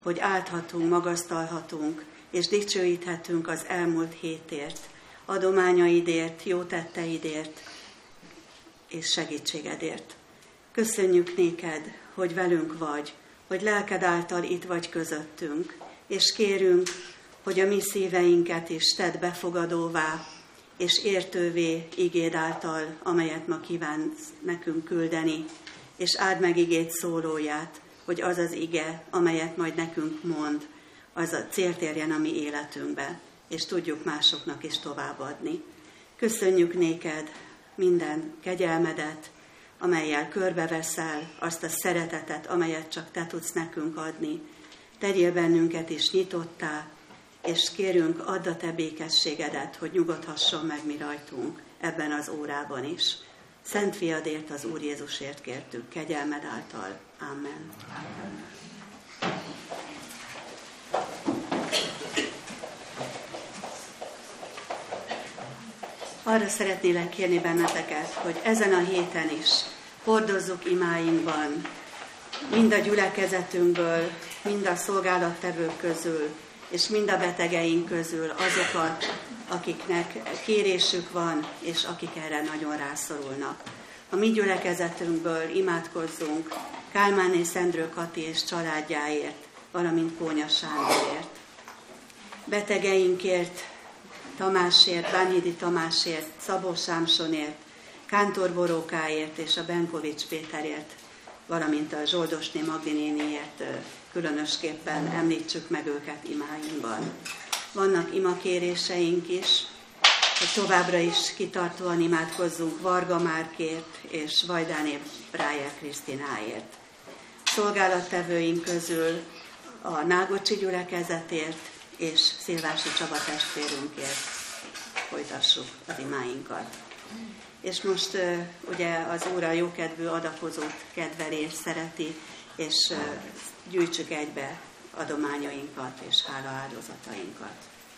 hogy álthatunk, magasztalhatunk, és dicsőíthetünk az elmúlt hétért, adományaidért, jó tetteidért és segítségedért. Köszönjük néked, hogy velünk vagy, hogy lelked által itt vagy közöttünk, és kérünk, hogy a mi szíveinket is tedd befogadóvá, és értővé igéd által, amelyet ma kívánsz nekünk küldeni, és áld meg igéd szólóját, hogy az az ige, amelyet majd nekünk mond, az a célt érjen a mi életünkbe, és tudjuk másoknak is továbbadni. Köszönjük néked minden kegyelmedet, amellyel körbeveszel, azt a szeretetet, amelyet csak te tudsz nekünk adni. Tegyél bennünket is nyitottá, és kérünk, add a te békességedet, hogy nyugodhasson meg mi rajtunk ebben az órában is. Szent fiadért, az Úr Jézusért kértük, kegyelmed által. Amen. Amen. Arra szeretnélek kérni benneteket, hogy ezen a héten is hordozzuk imáinkban, mind a gyülekezetünkből, mind a szolgálattevők közül, és mind a betegeink közül azokat, akiknek kérésük van, és akik erre nagyon rászorulnak. A mi gyülekezetünkből imádkozzunk Kálmánné Szendrő Kati és családjáért, valamint Kónya Sándorért. Betegeinkért, Tamásért, Bánhidi Tamásért, Szabó Sámsonért, Kántor Borókáért és a Benkovics Péterért, valamint a Zsoldosné Magdi néniért különösképpen említsük meg őket imáinkban. Vannak imakéréseink is, hogy továbbra is kitartóan imádkozzunk Varga Márkért és Vajdáné Brájer Krisztináért. Szolgálattevőink közül a Nágocsi gyülekezetért és Szilvási Csaba testvérünkért folytassuk az imáinkat. És most ugye az Úr a jókedvű adakozót kedveli és szereti, és gyűjtsük egybe adományainkat és hálaáldozatainkat.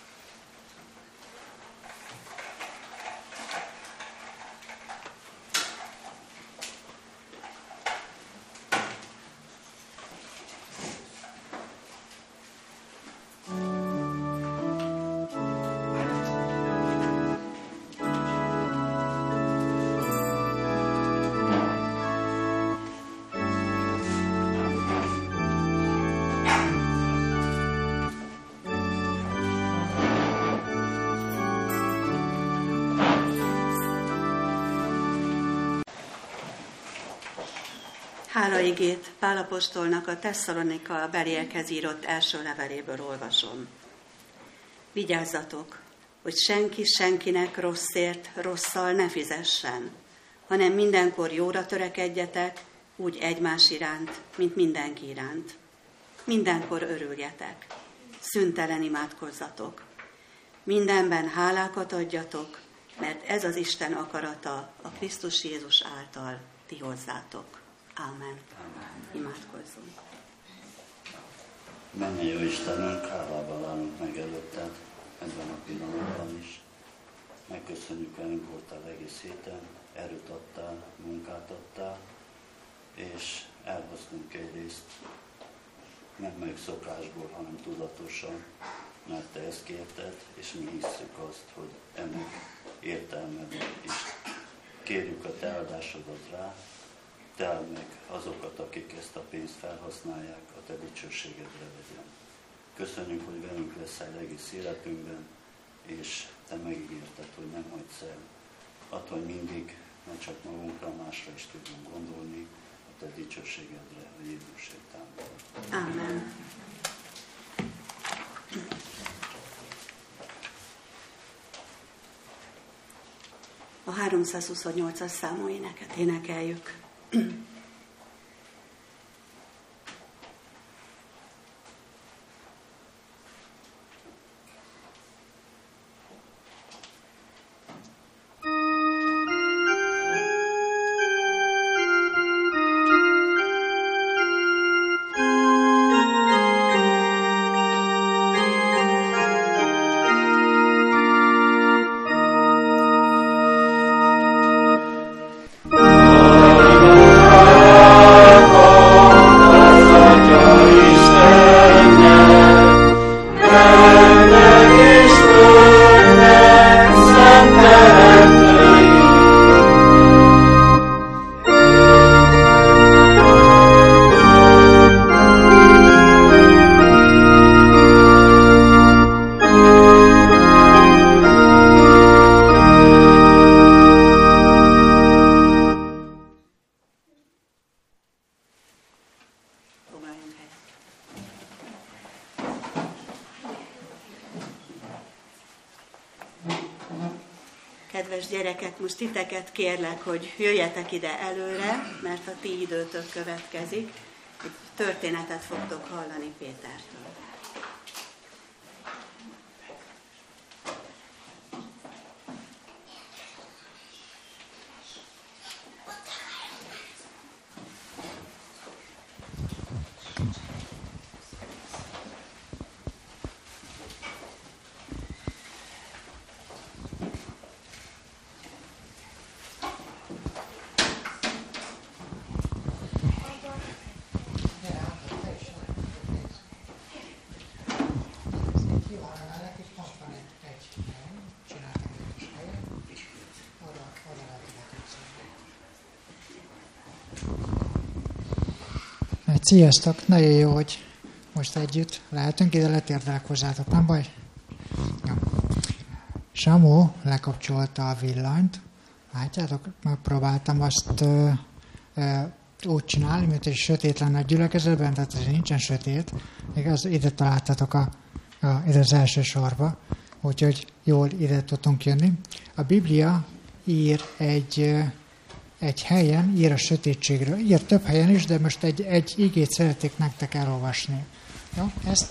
Hálaigét Pál apostolnak a Tesszalonika beliekhez írott első leveléből olvasom. Vigyázzatok, hogy senki senkinek rosszért rosszal ne fizessen, hanem mindenkor jóra törekedjetek, úgy egymás iránt, mint mindenki iránt. Mindenkor örüljetek, szüntelen imádkozzatok. Mindenben hálákat adjatok, mert ez az Isten akarata a Krisztus Jézus által ti hozzátok. Amen. Imádkozzunk. Mennyei jó Istenünk, hálával állunk meg előtted ebben a pillanatban is. Megköszönjük, velünk voltál egész héten, erőt adtál, munkát adtál, és elhoztunk egy részt, nem meg szokásból, hanem tudatosan, mert te ezt kérted, és mi hisszük azt, hogy ennek értelme van is. Kérjük a te áldásodat rá, teld meg azokat, akik ezt a pénzt felhasználják, a te dicsőségedre legyen. Köszönjük, hogy velünk leszel egész életünkben, és te megígérted, hogy nem hagysz el. Add, hogy mindig, ne csak magunkra, másra is tudjunk gondolni, a te dicsőségedre, a Jézus sétánban. Amen. A 328-as számú éneket énekeljük. Oh Kedves gyerekek, most titeket kérlek, hogy jöjjetek ide előre, mert a ti időtök következik. Egy történetet fogtok hallani Pétertől. Sziasztok! Nagyon jó, hogy most együtt lehetünk, ide letérdelek hozzátok, nem baj? Ja. Samu lekapcsolta a villanyt. Látjátok, megpróbáltam azt úgy csinálni, mint hogy sötét lenne a gyülekezetben, tehát ez nincsen sötét. Igaz, ide találtatok ide az első sorba, úgyhogy jól ide tudtunk jönni. A Biblia ír egy helyen, ír a sötétségről. Ír több helyen is, de most egy igét szeretnék nektek elolvasni. Jó? Ezt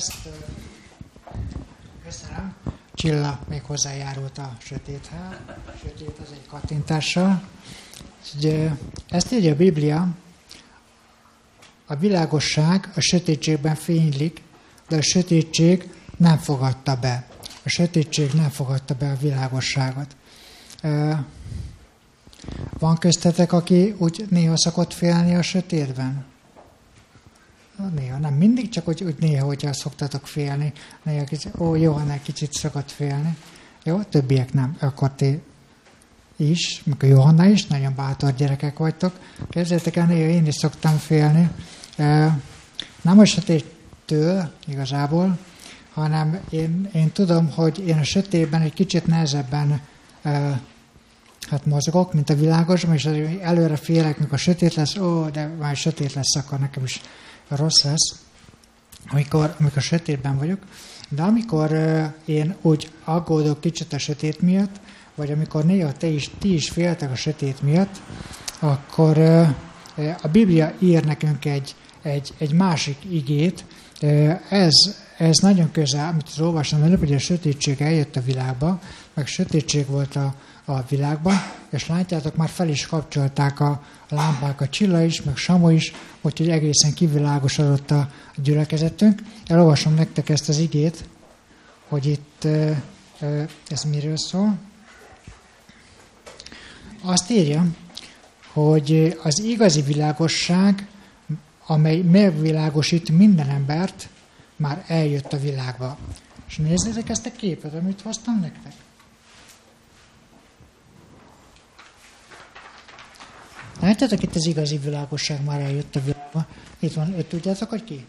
köszönöm. Csilla még hozzájárult a sötéthez. Sötét az egy kattintással. Ezt írja a Biblia. A világosság a sötétségben fénylik, de a sötétség nem fogadta be. A sötétség nem fogadta be a világosságot. Van köztetek, aki úgy néha szokott félni a sötétben? Néha, nem mindig, csak úgy néha, hogyha szoktatok félni. Néha kicsit, Johanna kicsit szokott félni. Jó, többiek nem. Akkor ti is, meg a Johanna is, nagyon bátor gyerekek vagytok. Képzeljétek el, néha én is szoktam félni. Nem a sötéttől igazából, hanem én tudom, hogy én a sötétben egy kicsit nehezebben mozgok, mint a világosban, és előre félek, mikor sötét lesz, de már sötét lesz, akkor nekem is rossz lesz, amikor sötétben vagyok. De amikor én úgy aggódok kicsit a sötét miatt, vagy amikor néha ti is féltek a sötét miatt, akkor a Biblia ír nekünk egy másik igét. Ez nagyon közel, amit az olvastam előbb, hogy a sötétség eljött a világba, meg sötétség volt a világban, és látjátok, már fel is kapcsolták a lámpák, a Csilla is, meg Samu is, úgyhogy egészen kivilágosodott a gyülekezetünk. Elolvasom nektek ezt az igét, hogy itt ez miről szól. Azt írja, hogy az igazi világosság, amely megvilágosít minden embert, már eljött a világba. És nézzétek ezt a képet, amit hoztam nektek. Látjátok, itt az igazi világosság már eljött a világba. Itt van, tudjátok, hogy ki?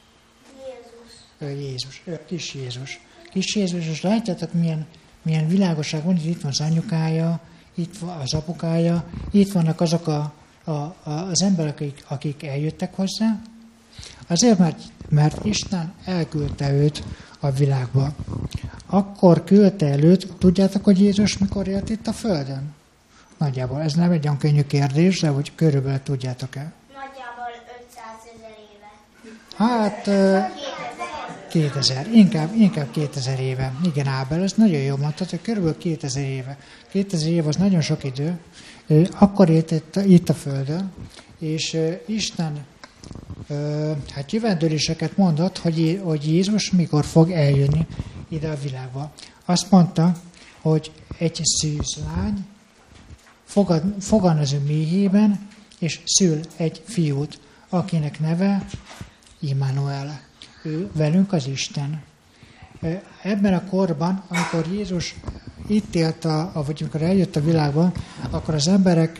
Jézus. Kis Jézus. Kis Jézus, és látjátok, milyen világosság van. Itt van az anyukája, itt van az apukája, itt vannak azok az emberek, akik eljöttek hozzá. Azért, mert Isten elküldte őt a világba. Akkor küldte el őt, tudjátok, hogy Jézus mikor élt itt a Földön? Nagyjából. Ez nem egy olyan könnyű kérdés, de hogy körülbelül tudjátok-e? Nagyjából 500 000 éve. Hát 2000. Inkább 2000 éve. Igen, Ábel, ez nagyon jól mondtad, hogy körülbelül 2000 éve. 2000 év az nagyon sok idő. Akkor élt itt a Földön, és Isten jövendőléseket mondott, hogy Jézus mikor fog eljönni ide a világba. Azt mondta, hogy egy szűzlány fogan az ő méhében, és szül egy fiút, akinek neve Immanuel. Ő velünk az Isten. Ebben a korban, amikor Jézus itt élt, vagy amikor eljött a világba, akkor az emberek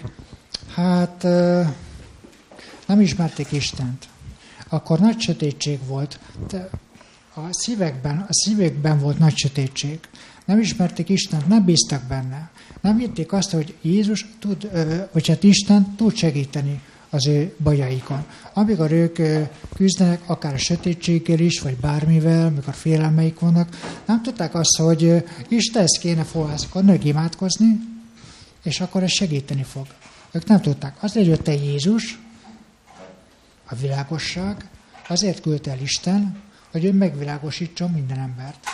nem ismerték Istent. Akkor nagy sötétség volt. A szívekben volt nagy sötétség. Nem ismerték Istent, nem bíztak benne. Nem hitték azt, hogy Jézus Isten tud segíteni az ő bajaikon. Amikor ők küzdenek, akár a sötétséggel is, vagy bármivel, amikor félelmeik vannak, nem tudták azt, hogy Istenhez kéne fohászkodni, imádkozni, és akkor ez segíteni fog. Ők nem tudták. Azért jött el Jézus, a világosság, azért küldte el Isten, hogy ő megvilágosítson minden embert.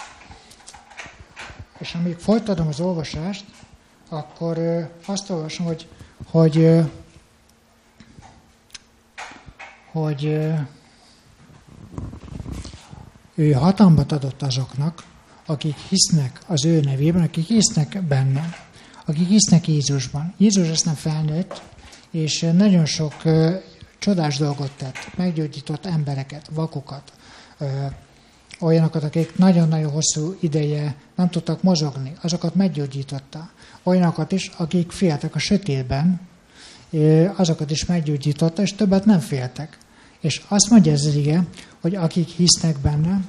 És amíg folytatom az olvasást, akkor azt olvasom, hogy ő hatalmat adott azoknak, akik hisznek az ő nevében, akik hisznek benne, akik hisznek Jézusban. Jézus aztán felnőtt, és nagyon sok csodás dolgot tett, meggyógyított embereket, vakokat, olyanokat, akik nagyon-nagyon hosszú ideje nem tudtak mozogni, azokat meggyógyította. Olyanokat is, akik féltek a sötétben, azokat is meggyógyította, és többet nem féltek. És azt mondja ez az ige, hogy akik hisznek benne,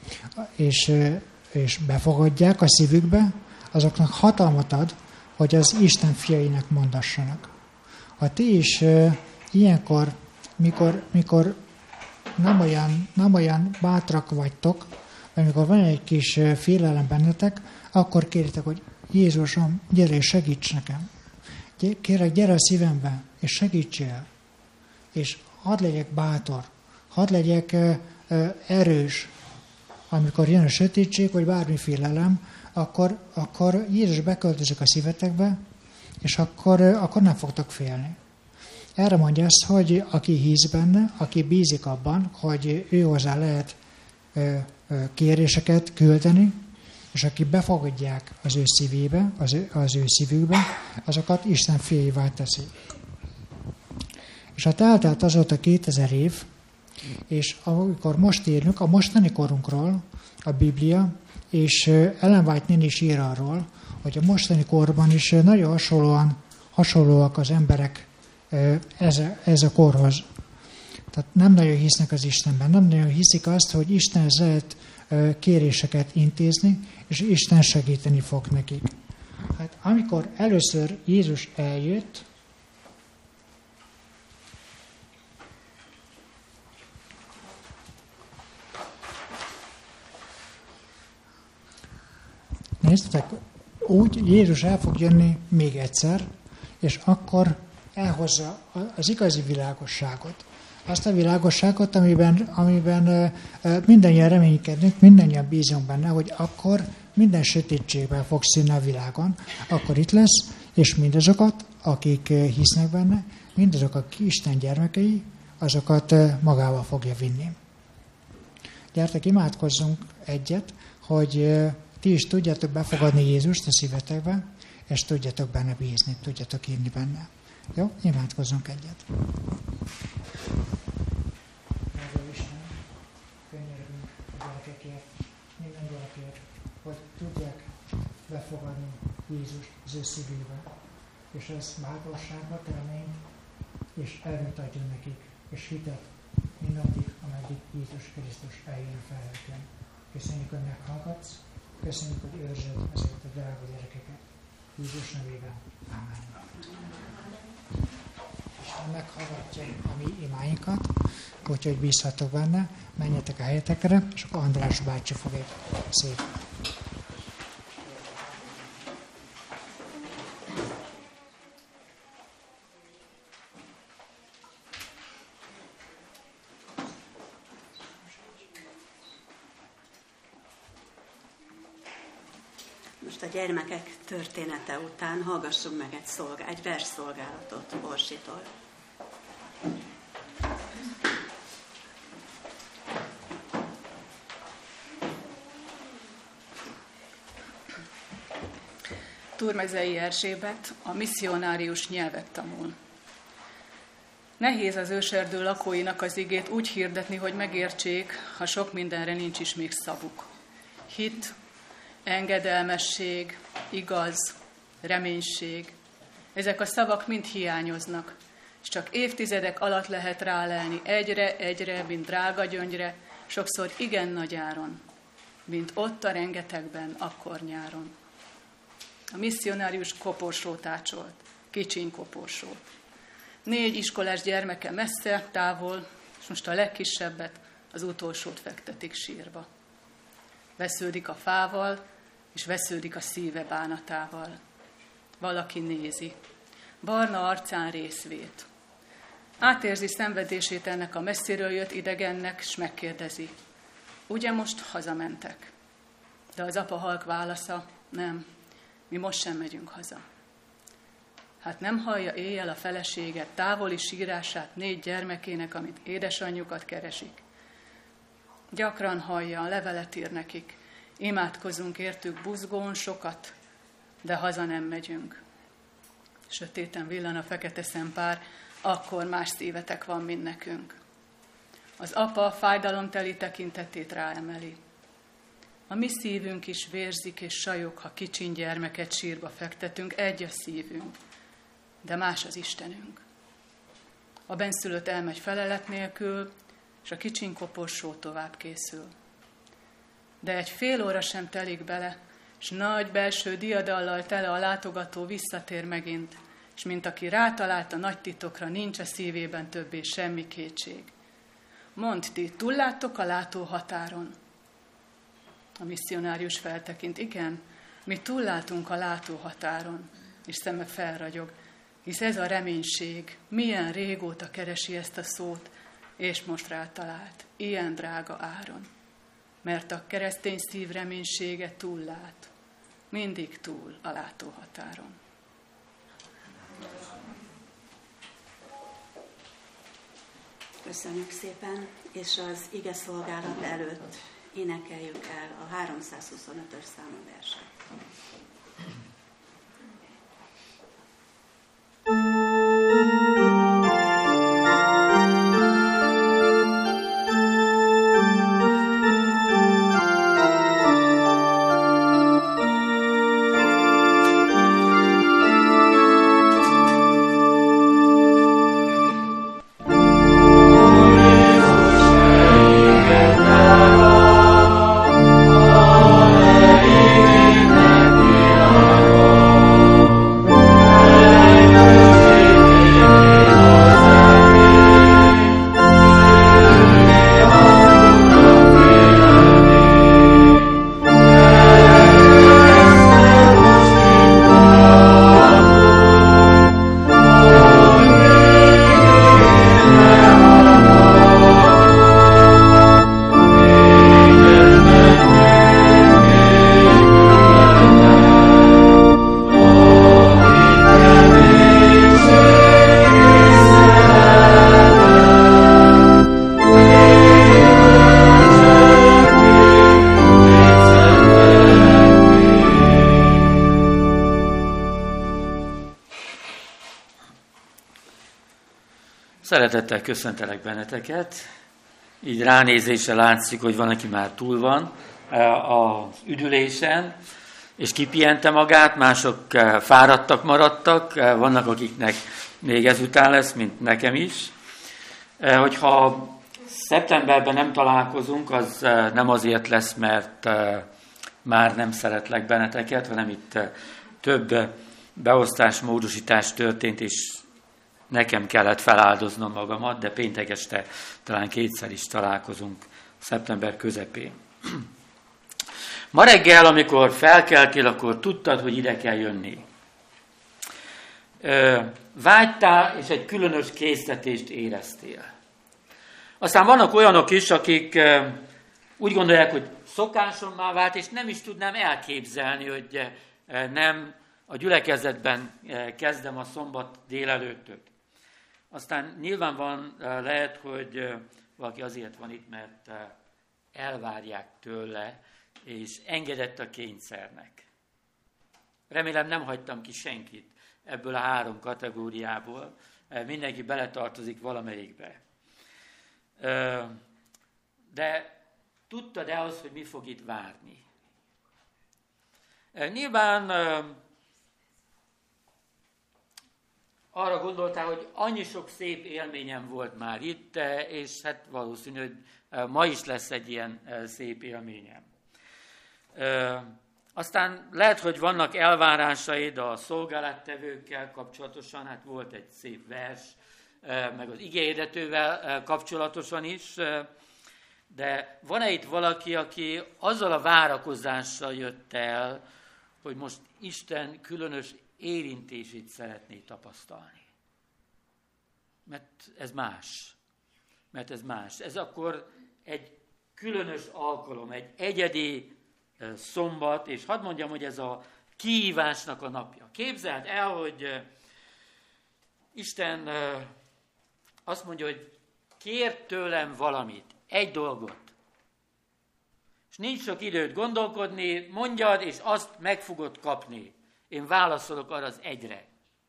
és befogadják a szívükbe, azoknak hatalmat ad, hogy az Isten fiainak mondassanak. Ha ti is ilyenkor, mikor nem olyan bátrak vagytok, vagy mikor van egy kis félelem bennetek, akkor kérjétek, hogy Jézusom, gyere és segíts nekem. Kérlek, gyere a szívembe, és segítsél. És hadd legyek bátor, hadd legyek erős, amikor jön a sötétség, vagy bármi félelem, akkor Jézus beköltözik a szívetekbe, és akkor nem fogtok félni. Erre mondja azt, hogy aki hisz benne, aki bízik abban, hogy ő hozzá lehet kéréseket küldeni, és aki befogadják az ő szívébe, az ő szívükbe, azokat Isten fiaivá teszi. És hát eltelt azóta 2000 év, és amikor most írunk, a mostani korunkról a Biblia, és Ellen White néni is ír arról, hogy a mostani korban is nagyon hasonlóak az emberek ez a korhoz. Tehát nem nagyon hisznek az Istenben, nem nagyon hiszik azt, hogy Istenhez lehet kéréseket intézni, és Isten segíteni fog nekik. Hát amikor először Jézus eljött, néztek, úgy Jézus el fog jönni még egyszer, és akkor elhozza az igazi világosságot. Azt a világosságot, amiben mindannyian reménykedünk, mindannyian bízunk benne, hogy akkor minden sötétségben fog szűnni a világon. Akkor itt lesz, és mindazokat, akik hisznek benne, mindazok, akik Isten gyermekei, azokat magával fogja vinni. Gyertek, imádkozzunk egyet, hogy ti is tudjátok befogadni Jézust a szívetekbe, és tudjátok benne bízni, tudjátok írni benne. Jó? Imádkozzunk egyet. Nagyon Isten, könyörgünk a gyerekekért, minden gyerekért, hogy tudják befogadni Jézust az ő szívébe, és ez bátorságot, reményt, és erőt adjon nekik, és hitet mindaddig, ameddig Jézus Krisztus eljön felhőkön. Köszönjük, hogy meghallgatsz, köszönjük, hogy őrzöd ezeket a drága gyerekeket. Jézus nevében. Amen. Isten meghallgatja a mi imáinkat, úgyhogy bízhatok benne, menjetek a helyetekre, és akkor András bácsi fog egy szép. Most a gyermekek története után hallgassunk meg egy versszolgálatot Borsitól. Turmezei Erzsébet a misszionárius nyelvet tanul. Nehéz az őserdő lakóinak az igét úgy hirdetni, hogy megértsék, ha sok mindenre nincs is még szavuk. Hit, engedelmesség, igaz, reménység. Ezek a szavak mind hiányoznak, és csak évtizedek alatt lehet rálelni egyre, mint drága gyöngyre, sokszor igen nagy áron, mint ott a rengetegben, akkor nyáron. A misszionárius koporsót ácsolt, kicsiny koporsót. 4 iskolás gyermeke messze, távol, és most a legkisebbet, az utolsót fektetik sírba. Vesződik a fával, és vesződik a szíve bánatával. Valaki nézi. Barna arcán részvét. Átérzi szenvedését ennek a messziről jött idegennek, s megkérdezi. Ugye most hazamentek? De az apa halk válasza, nem, mi most sem megyünk haza. Hát nem hallja éjjel a feleséget távoli sírását 4 gyermekének, amit édesanyjukat keresik. Gyakran hallja, levelet ír nekik, imádkozunk értük buzgón sokat, de haza nem megyünk. Sötéten villan a fekete szempár, akkor más szívetek van, mint nekünk. Az apa fájdalomteli tekintetét ráemeli. A mi szívünk is vérzik és sajog, ha kicsin gyermeket sírba fektetünk, egy a szívünk, de más az Istenünk. A benszülött elmegy felelet nélkül, és a kicsin koporsó tovább készül. De egy fél óra sem telik bele, s nagy belső diadallal tele a látogató visszatér megint, és mint aki rátalált a nagy titokra, nincs a szívében többé semmi kétség. Mondd, ti túlláttok a látóhatáron? A misszionárius feltekint, igen, mi túllátunk a látóhatáron, és szeme felragyog, hisz ez a reménység, milyen régóta keresi ezt a szót, és most rátalált, ilyen drága áron. Mert a keresztény szív reménysége túllát, mindig túl a látóhatáron. Köszönjük szépen, és az ige szolgálat előtt énekeljük el a 325-ös számú verset. Szeretettel köszöntelek benneteket. Így ránézésre látszik, hogy van, aki már túl van az üdülésen, és kipihente magát, mások fáradtak maradtak, vannak, akiknek még ezután lesz, mint nekem is. Hogyha szeptemberben nem találkozunk, az nem azért lesz, mert már nem szeretlek benneteket, hanem itt több beosztás, módosítás történt, és nekem kellett feláldoznom magamat, de péntek este talán 2-szer is találkozunk szeptember közepén. Ma reggel, amikor felkeltél, akkor tudtad, hogy ide kell jönni. Vágytál, és egy különös késztetést éreztél. Aztán vannak olyanok is, akik úgy gondolják, hogy szokásommá vált, és nem is tudnám elképzelni, hogy nem a gyülekezetben kezdem a szombat délelőttöt. Aztán nyilván van, lehet, hogy valaki azért van itt, mert elvárják tőle, és engedett a kényszernek. Remélem nem hagytam ki senkit ebből a 3 kategóriából. Mindenki beletartozik valamelyikbe. De tudtad-e azt, hogy mi fog itt várni? Nyilván arra gondoltál, hogy annyi sok szép élményem volt már itt, és hát valószínű, hogy ma is lesz egy ilyen szép élményem. Aztán lehet, hogy vannak elvárásaid a szolgálattevőkkel kapcsolatosan, hát volt egy szép vers, meg az igéhirdetővel kapcsolatosan is, de van-e itt valaki, aki azzal a várakozással jött el, hogy most Isten különös érintését szeretné tapasztalni? Mert ez más. Ez akkor egy különös alkalom, egy egyedi szombat, és hadd mondjam, hogy ez a kihívásnak a napja. Képzeld el, hogy Isten azt mondja, hogy kér tőlem valamit, egy dolgot. És nincs sok időt gondolkodni, mondjad, és azt meg fogod kapni. Én válaszolok arra az egyre.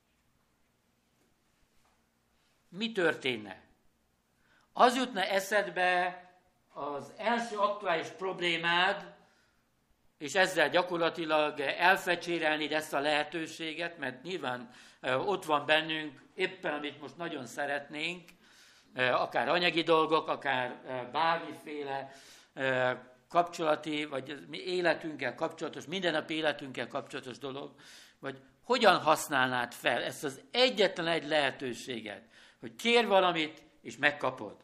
Mi történne? Az jutna eszedbe az első aktuális problémád, és ezzel gyakorlatilag elfecsérelnéd ezt a lehetőséget, mert nyilván ott van bennünk éppen, amit most nagyon szeretnénk, akár anyagi dolgok, akár bármiféle kapcsolati, vagy életünkkel kapcsolatos, mindennapi életünkkel kapcsolatos dolog, vagy hogyan használnád fel ezt az egyetlen egy lehetőséget, hogy kér valamit, és megkapod.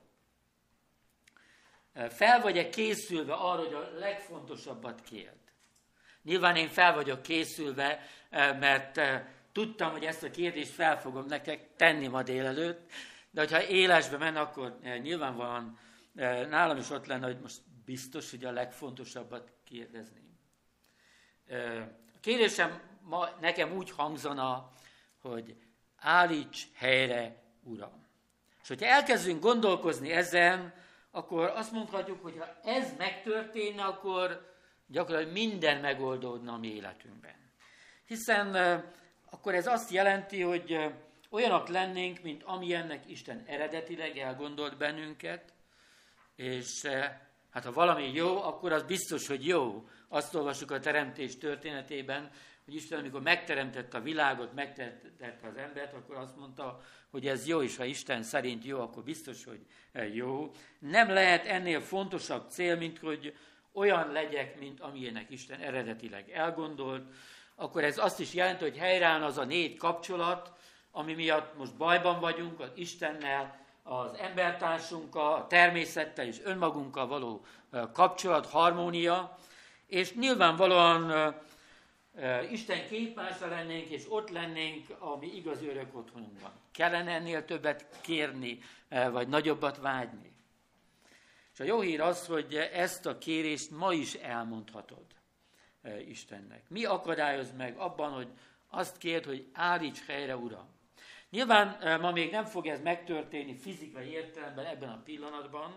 Fel vagy-e készülve arra, hogy a legfontosabbat kérd? Nyilván én fel vagyok készülve, mert tudtam, hogy ezt a kérdést fel fogom nektek tenni ma délelőtt, de hogyha élesbe menne, akkor nyilvánvalóan nálam is ott lenne, hogy most biztos, hogy a legfontosabbat kérdezném. A kérdésem ma nekem úgy hangzana, hogy állíts helyre, Uram. És hogyha elkezdünk gondolkozni ezen, akkor azt mondhatjuk, hogy ha ez megtörténne, akkor gyakorlatilag minden megoldódna a mi életünkben. Hiszen akkor ez azt jelenti, hogy olyanok lennénk, mint amilyennek Isten eredetileg elgondolt bennünket, és hát ha valami jó, akkor az biztos, hogy jó. Azt olvassuk a teremtés történetében, hogy Isten, amikor megteremtette a világot, megteremtette az embert, akkor azt mondta, hogy ez jó, és ha Isten szerint jó, akkor biztos, hogy jó. Nem lehet ennél fontosabb cél, mint hogy olyan legyek, mint amilyenek Isten eredetileg elgondolt. Akkor ez azt is jelenti, hogy helyreáll az a 4 kapcsolat, ami miatt most bajban vagyunk, az Istennel, az embertársunkkal, a természettel és önmagunkkal való kapcsolat, harmónia, és nyilvánvalóan Isten képmása lennénk, és ott lennénk a mi igazi örök otthonunkban. Kellene ennél többet kérni, vagy nagyobbat vágyni. És a jó hír az, hogy ezt a kérést ma is elmondhatod Istennek. Mi akadályoz meg abban, hogy azt kérd, hogy állíts helyre, Uram. Nyilván ma még nem fog ez megtörténni fizikai értelemben ebben a pillanatban,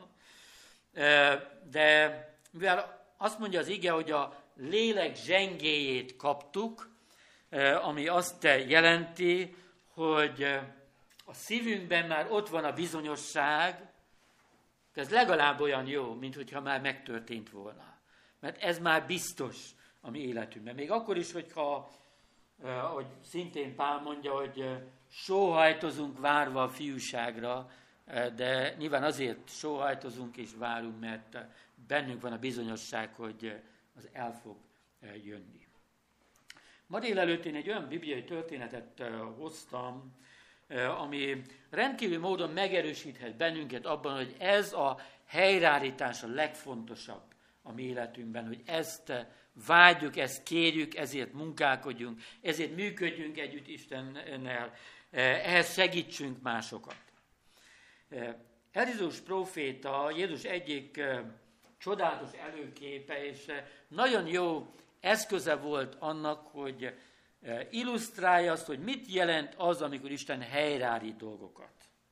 de mivel azt mondja az ige, hogy a lélek zsengéjét kaptuk, ami azt jelenti, hogy a szívünkben már ott van a bizonyosság, ez legalább olyan jó, mint hogyha már megtörtént volna. Mert ez már biztos a mi életünkben. Még akkor is, hogyha, ahogy szintén Pál mondja, hogy sóhajtozunk várva a fiúságra, de nyilván azért sóhajtozunk és várunk, mert bennünk van a bizonyosság, hogy az el fog jönni. Ma délelőtt én egy olyan bibliai történetet hoztam, ami rendkívül módon megerősíthet bennünket abban, hogy ez a helyreállítás a legfontosabb a mi életünkben, hogy ezt vágyjuk, ezt kérjük, ezért munkálkodjunk, ezért működjünk együtt Istennel, ehhez segítsünk másokat. Elizeus próféta Jézus egyik csodálatos előképe, és nagyon jó eszköze volt annak, hogy illusztrálja azt, hogy mit jelent az, amikor Isten helyreállít dolgokat.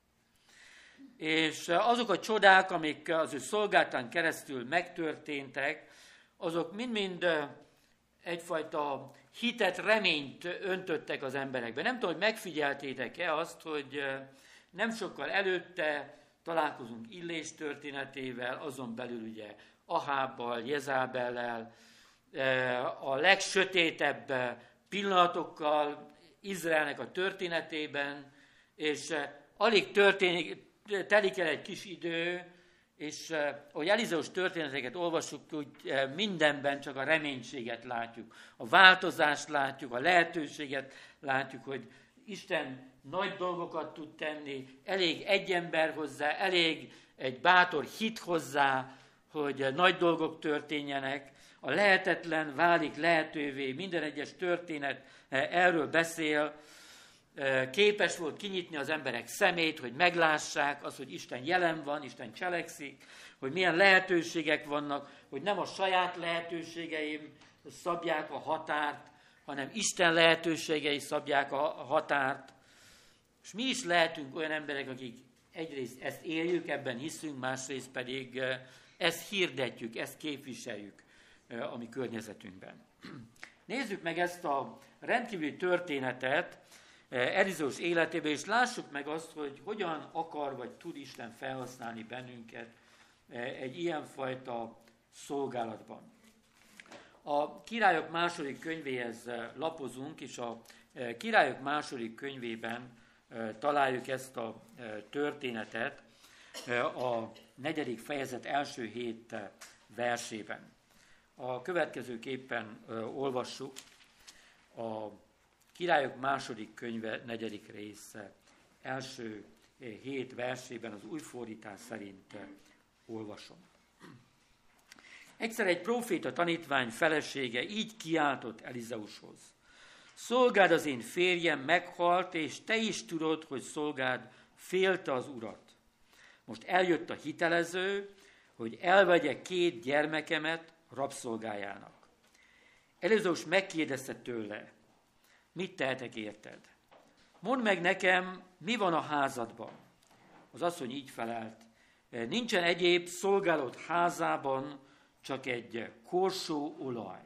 És azok a csodák, amik az ő szolgáltán keresztül megtörténtek, azok mind-mind egyfajta hitet, reményt öntöttek az emberekbe. Nem tudom, hogy megfigyeltétek-e azt, hogy nem sokkal előtte találkozunk Illés történetével, azon belül ugye Ahábbal, Jezábellel, a legsötétebb pillanatokkal Izraelnek a történetében, és alig telik el egy kis idő, és ahogy Elizeus történeteket olvassuk, úgy mindenben csak a reménységet látjuk, a változást látjuk, a lehetőséget látjuk, hogy Isten nagy dolgokat tud tenni, elég egy ember hozzá, elég egy bátor hit hozzá, hogy nagy dolgok történjenek. A lehetetlen válik lehetővé, minden egyes történet erről beszél. Képes volt kinyitni az emberek szemét, hogy meglássák azt, hogy Isten jelen van, Isten cselekszik, hogy milyen lehetőségek vannak, hogy nem a saját lehetőségeim szabják a határt, hanem Isten lehetőségei szabják a határt. És mi is lehetünk olyan emberek, akik egyrészt ezt éljük, ebben hiszünk, másrészt pedig ezt hirdetjük, ezt képviseljük a mi környezetünkben. Nézzük meg ezt a rendkívüli történetet Elizeus életében, és lássuk meg azt, hogy hogyan akar vagy tud Isten felhasználni bennünket egy ilyenfajta szolgálatban. A Királyok második könyvéhez lapozunk, és a Királyok második könyvében találjuk ezt a történetet a 4. fejezet első 7 versében. A következőképpen olvassuk a Királyok második könyve 4. része első 7 versében, az új fordítás szerint olvasom. Egyszer egy próféta tanítvány felesége így kiáltott Elizeushoz: szolgád, az én férjem meghalt, és te is tudod, hogy szolgád félte az urat. Most eljött a hitelező, hogy elvegye 2 gyermekemet rabszolgájának. Elizeus megkérdezte tőle: mit tehetek érted? Mondd meg nekem, mi van a házadban? Az asszony így felelt: nincsen egyéb szolgálat házában, csak egy korsó olaj.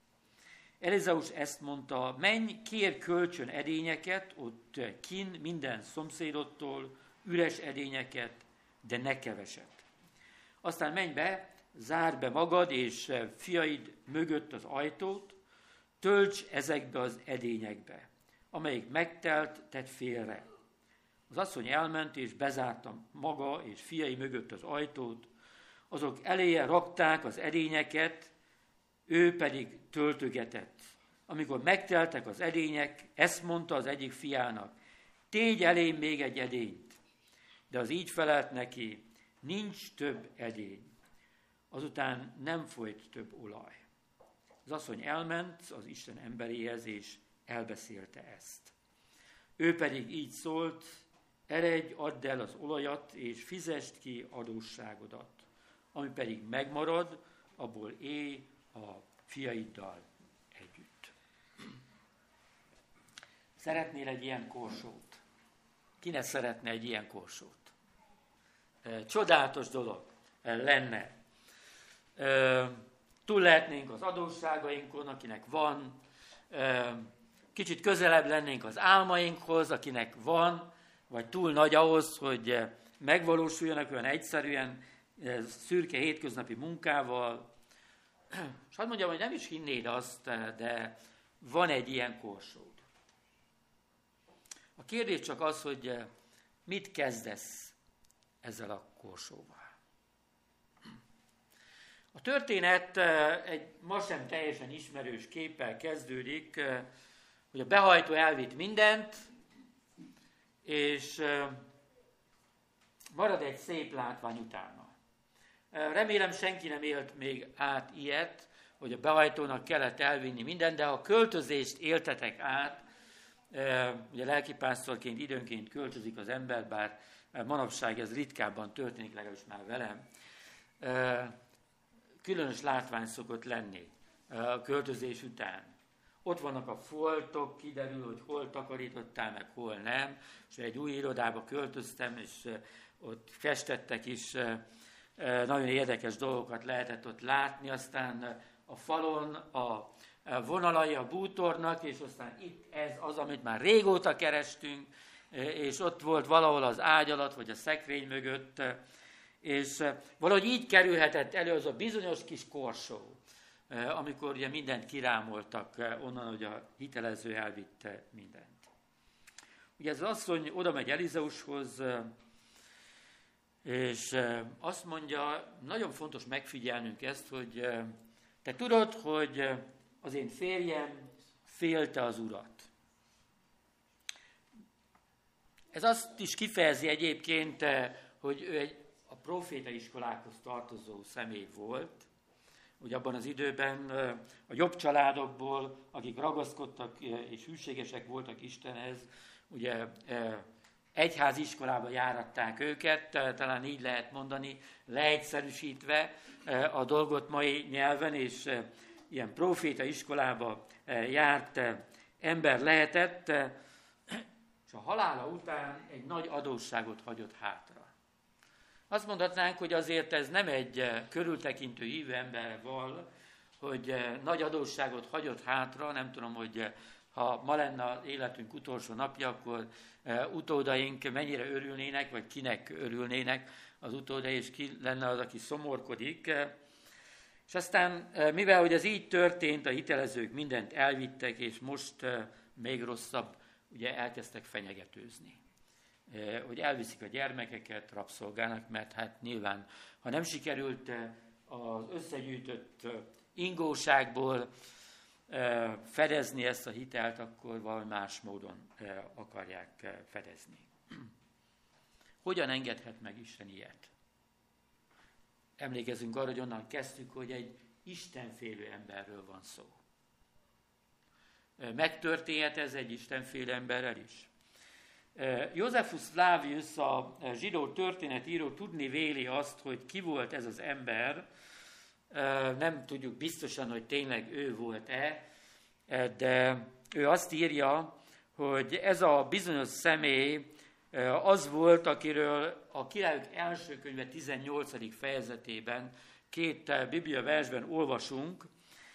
Elizeus ezt mondta: menj, kérj kölcsön edényeket, ott kin minden szomszédodtól, üres edényeket, de ne keveset. Aztán menj be, zárd be magad és fiaid mögött az ajtót, tölts ezekbe az edényekbe, amelyik megtelt, tedd félre. Az asszony elment és bezárta maga és fiai mögött az ajtót, azok eléje rakták az edényeket, ő pedig töltögetett. Amikor megteltek az edények, ezt mondta az egyik fiának: tégy elém még egy edényt. De az így felelt neki: nincs több edény. Azután nem folyt több olaj. Az asszony elment az Isten emberéhez, és elbeszélte ezt. Ő pedig így szólt: eredj, add el az olajat, és fizest ki adósságodat. Ami pedig megmarad, abból élj a fiaiddal együtt. Szeretnél egy ilyen korsót? Ki ne szeretne egy ilyen korsót? Csodálatos dolog lenne. Túl lehetnénk az adósságainkon, akinek van, kicsit közelebb lennénk az álmainkhoz, akinek van, vagy túl nagy ahhoz, hogy megvalósuljanak olyan egyszerűen, szürke hétköznapi munkával. És hadd mondjam, hogy nem is hinnéd azt, de van egy ilyen korsód. A kérdés csak az, hogy mit kezdesz ezzel a korsóval. A történet egy ma sem teljesen ismerős képpel kezdődik, hogy a behajtó elvitt mindent, és marad egy szép látvány utána. Remélem senki nem élt még át ilyet, hogy a behajtónak kellett elvinni mindent, de ha a költözést éltetek át, ugye lelkipásztorként időnként költözik az ember, bár manapság ez ritkábban történik, legalábbis már velem, különös látvány szokott lenni a költözés után. Ott vannak a foltok, kiderül, hogy hol takarítottál, meg hol nem. És egy új irodába költöztem, és ott festettek is, nagyon érdekes dolgokat lehetett ott látni. Aztán a falon a vonalai a bútornak, és aztán itt ez az, amit már régóta kerestünk, és ott volt valahol az ágy alatt, vagy a szekrény mögött, és valahogy így kerülhetett elő az a bizonyos kis korsó, amikor ugye mindent kirámoltak onnan, hogy a hitelező elvitte mindent. Ugye ez az asszony oda megy Elizeushoz, és azt mondja, nagyon fontos megfigyelnünk ezt, hogy te tudod, hogy az én férjem félte az urat. Ez azt is kifejezi egyébként, hogy ő a profétaiskolákhoz tartozó személy volt. Ugye abban az időben a jobb családokból, akik ragaszkodtak és hűségesek voltak Istenhez, ugye egyháziskolába járatták őket, talán így lehet mondani, leegyszerűsítve a dolgot mai nyelven, és ilyen profétaiskolába járt ember lehetett, és a halála után egy nagy adósságot hagyott hátra. Azt mondhatnánk, hogy azért ez nem egy körültekintő hívő ember val, hogy nagy adósságot hagyott hátra, nem tudom, hogy ha ma lenne az életünk utolsó napja, akkor utódaink mennyire örülnének, vagy kinek örülnének az utódai, és ki lenne az, aki szomorkodik. És aztán, mivel hogy ez így történt, a hitelezők mindent elvittek, és most még rosszabb, ugye elkezdtek fenyegetőzni. Hogy elviszik a gyermekeket, rabszolgának, mert hát nyilván, ha nem sikerült az összegyűjtött ingóságból fedezni ezt a hitelt, akkor valami más módon akarják fedezni. Hogyan engedhet meg Isten ilyet? Emlékezzünk arra, hogy onnan kezdtük, hogy egy istenfélő emberről van szó. Megtörténhet ez egy istenfélő emberrel is? Josephus Flavius, a zsidó történetíró tudni véli azt, hogy ki volt ez az ember, nem tudjuk biztosan, hogy tényleg ő volt-e, de ő azt írja, hogy ez a bizonyos személy az volt, akiről a Királyok első könyve 18. fejezetében 2 Biblia versben olvasunk,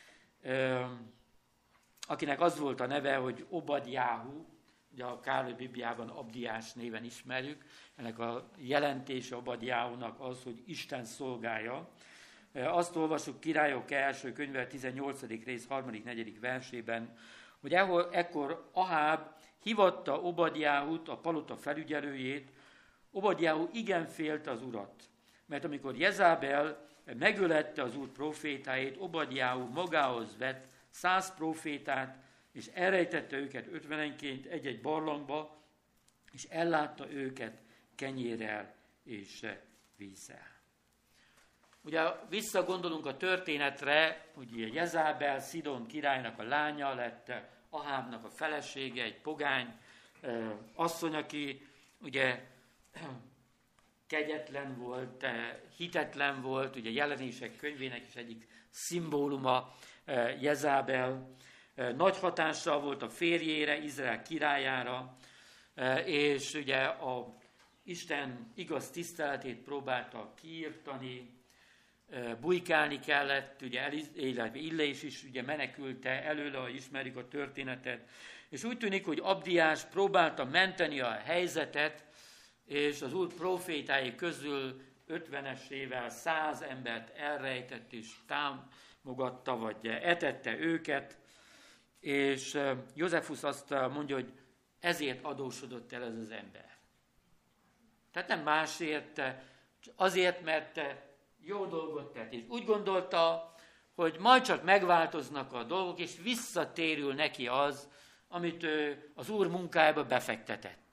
akinek az volt a neve, hogy Obadjáhu, ugye a Károly Bibliában Abdiás néven ismerjük, ennek a jelentése Obadjáhunak az, hogy Isten szolgája. Azt olvasjuk Királyok első könyve 18. rész 3.-4. versében, hogy ekkor Aháb hívatta Obadjáhut, a palota felügyelőjét. Obadjáhu igen félte az urat, mert amikor Jezábel megölette az úr profétáit, Obadjáhu magához vett 100 profétát, és elrejtette őket 50-enként egy-egy barlangba, és ellátta őket kenyérrel és vízzel. Ugye visszagondolunk a történetre, hogy Jezábel, Szidon királynak a lánya lett Ahábnak a felesége, egy pogány asszony, aki ugye kegyetlen volt, hitetlen volt, ugye Jelenések könyvének is egyik szimbóluma Jezábel. Nagy hatással volt a férjére, Izrael királyára, és ugye a Isten igaz tiszteletét próbálta kiirtani, bujkálni kellett, ugye Illés is ugye menekülte előle, ha ismerik a történetet, és úgy tűnik, hogy Abdiás próbálta menteni a helyzetet, és az úr profétái közül 50-esével 100 embert elrejtett és támogatta, vagy etette őket, és Josephus azt mondja, hogy ezért adósodott el ez az ember. Tehát nem másért, azért, mert jó dolgot tett, és úgy gondolta, hogy majd csak megváltoznak a dolgok, és visszatérül neki az, amit ő az Úr munkájába befektetett.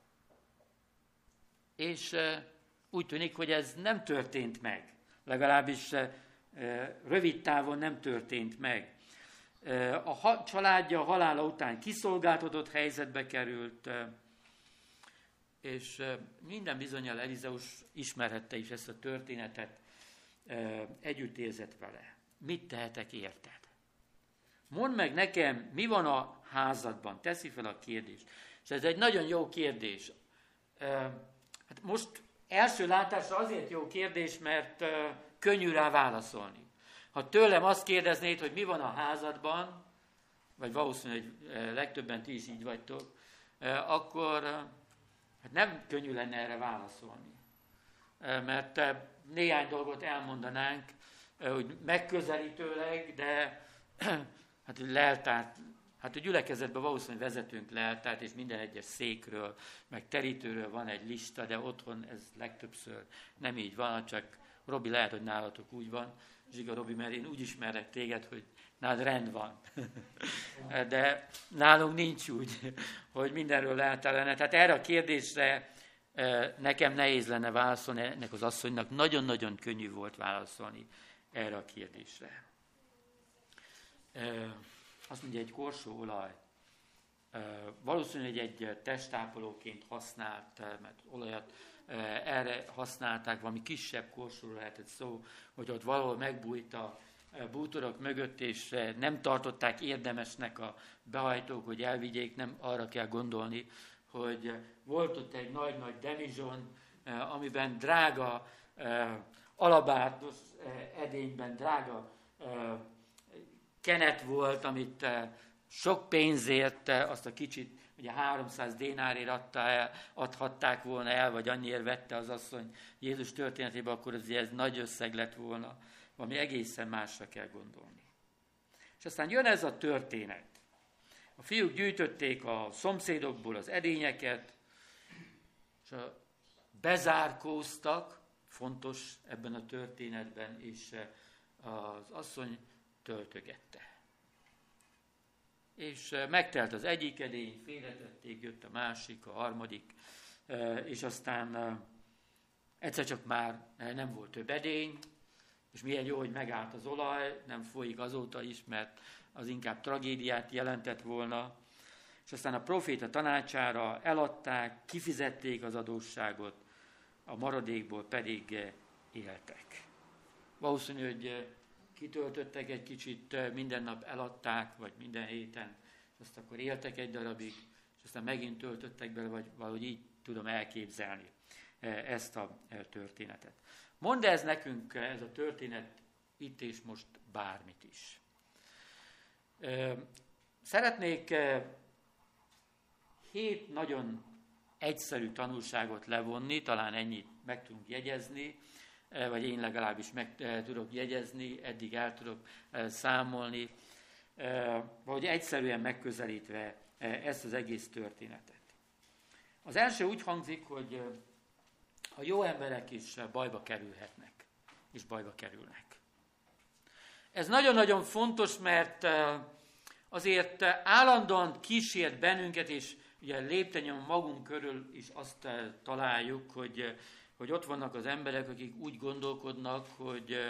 És úgy tűnik, hogy ez nem történt meg. Legalábbis rövid távon nem történt meg. A családja halála után kiszolgáltatott helyzetbe került, és minden bizonnyal Elizeus ismerhette is ezt a történetet, együtt érzett vele. Mit tehetek érted? Mondd meg nekem, mi van a házadban? Teszi fel a kérdést. És ez egy nagyon jó kérdés. Hát most első látásra azért jó kérdés, mert könnyű rá válaszolni. Ha tőlem azt kérdeznéd, hogy mi van a házadban, vagy valószínűleg legtöbben ti is így vagytok, akkor hát nem könnyű lenne erre válaszolni. Mert néhány dolgot elmondanánk, hogy megközelítőleg, de hát leltárt, hát a gyülekezetben valószínűleg vezetünk leltárt, és minden egyes székről, meg terítőről van egy lista, de otthon ez legtöbbször nem így van, csak Robi, lehet, hogy nálatok úgy van, Zsiga Robi, mert én úgy ismerek téged, hogy nálad rend van. De nálunk nincs úgy, hogy mindenről lehet ellene. Tehát erre a kérdésre nekem nehéz lenne válaszolni, ennek az asszonynak nagyon-nagyon könnyű volt válaszolni erre a kérdésre. Azt mondja, egy korsóolaj. Valószínűleg egy testápolóként használt, mert olajat erre használták, valami kisebb korsóról lehetett szó, hogy ott valahol megbújt a bútorok mögött, és nem tartották érdemesnek a behajtók, hogy elvigyék, nem arra kell gondolni, hogy volt ott egy nagy-nagy demizson, amiben drága alabárdos edényben drága kenet volt, amit sok pénzért, azt a kicsit, ugye 300 dénárért adhatták volna el, vagy annyiért vette az asszony Jézus történetében, akkor azért ez nagy összeg lett volna, valami egészen másra kell gondolni. És aztán jön ez a történet. A fiúk gyűjtötték a szomszédokból az edényeket, és bezárkóztak, fontos ebben a történetben, és az asszony töltögette. És megtelt az egyik edény, félretették, jött a másik, a harmadik, és aztán egyszer csak már nem volt több edény, és milyen jó, hogy megállt az olaj, nem folyik azóta is, mert az inkább tragédiát jelentett volna. És aztán a proféta tanácsára eladták, kifizették az adósságot, a maradékból pedig éltek. Valószínű, hogy kitöltöttek egy kicsit, minden nap eladták, vagy minden héten, és azt akkor éltek egy darabig, és aztán megint töltöttek bele, vagy valahogy így tudom elképzelni ezt a történetet. Mondd ez nekünk, ez a történet itt és most bármit is. Szeretnék 7 nagyon egyszerű tanulságot levonni, talán ennyit meg tudunk jegyezni, vagy én legalábbis meg tudok jegyezni, eddig el tudok számolni, vagy egyszerűen megközelítve ezt az egész történetet. Az első úgy hangzik, hogy a jó emberek is bajba kerülhetnek, és bajba kerülnek. Ez nagyon-nagyon fontos, mert azért állandóan kísért bennünket, és ugye lépten magunk körül is azt találjuk, hogy ott vannak az emberek, akik úgy gondolkodnak, hogy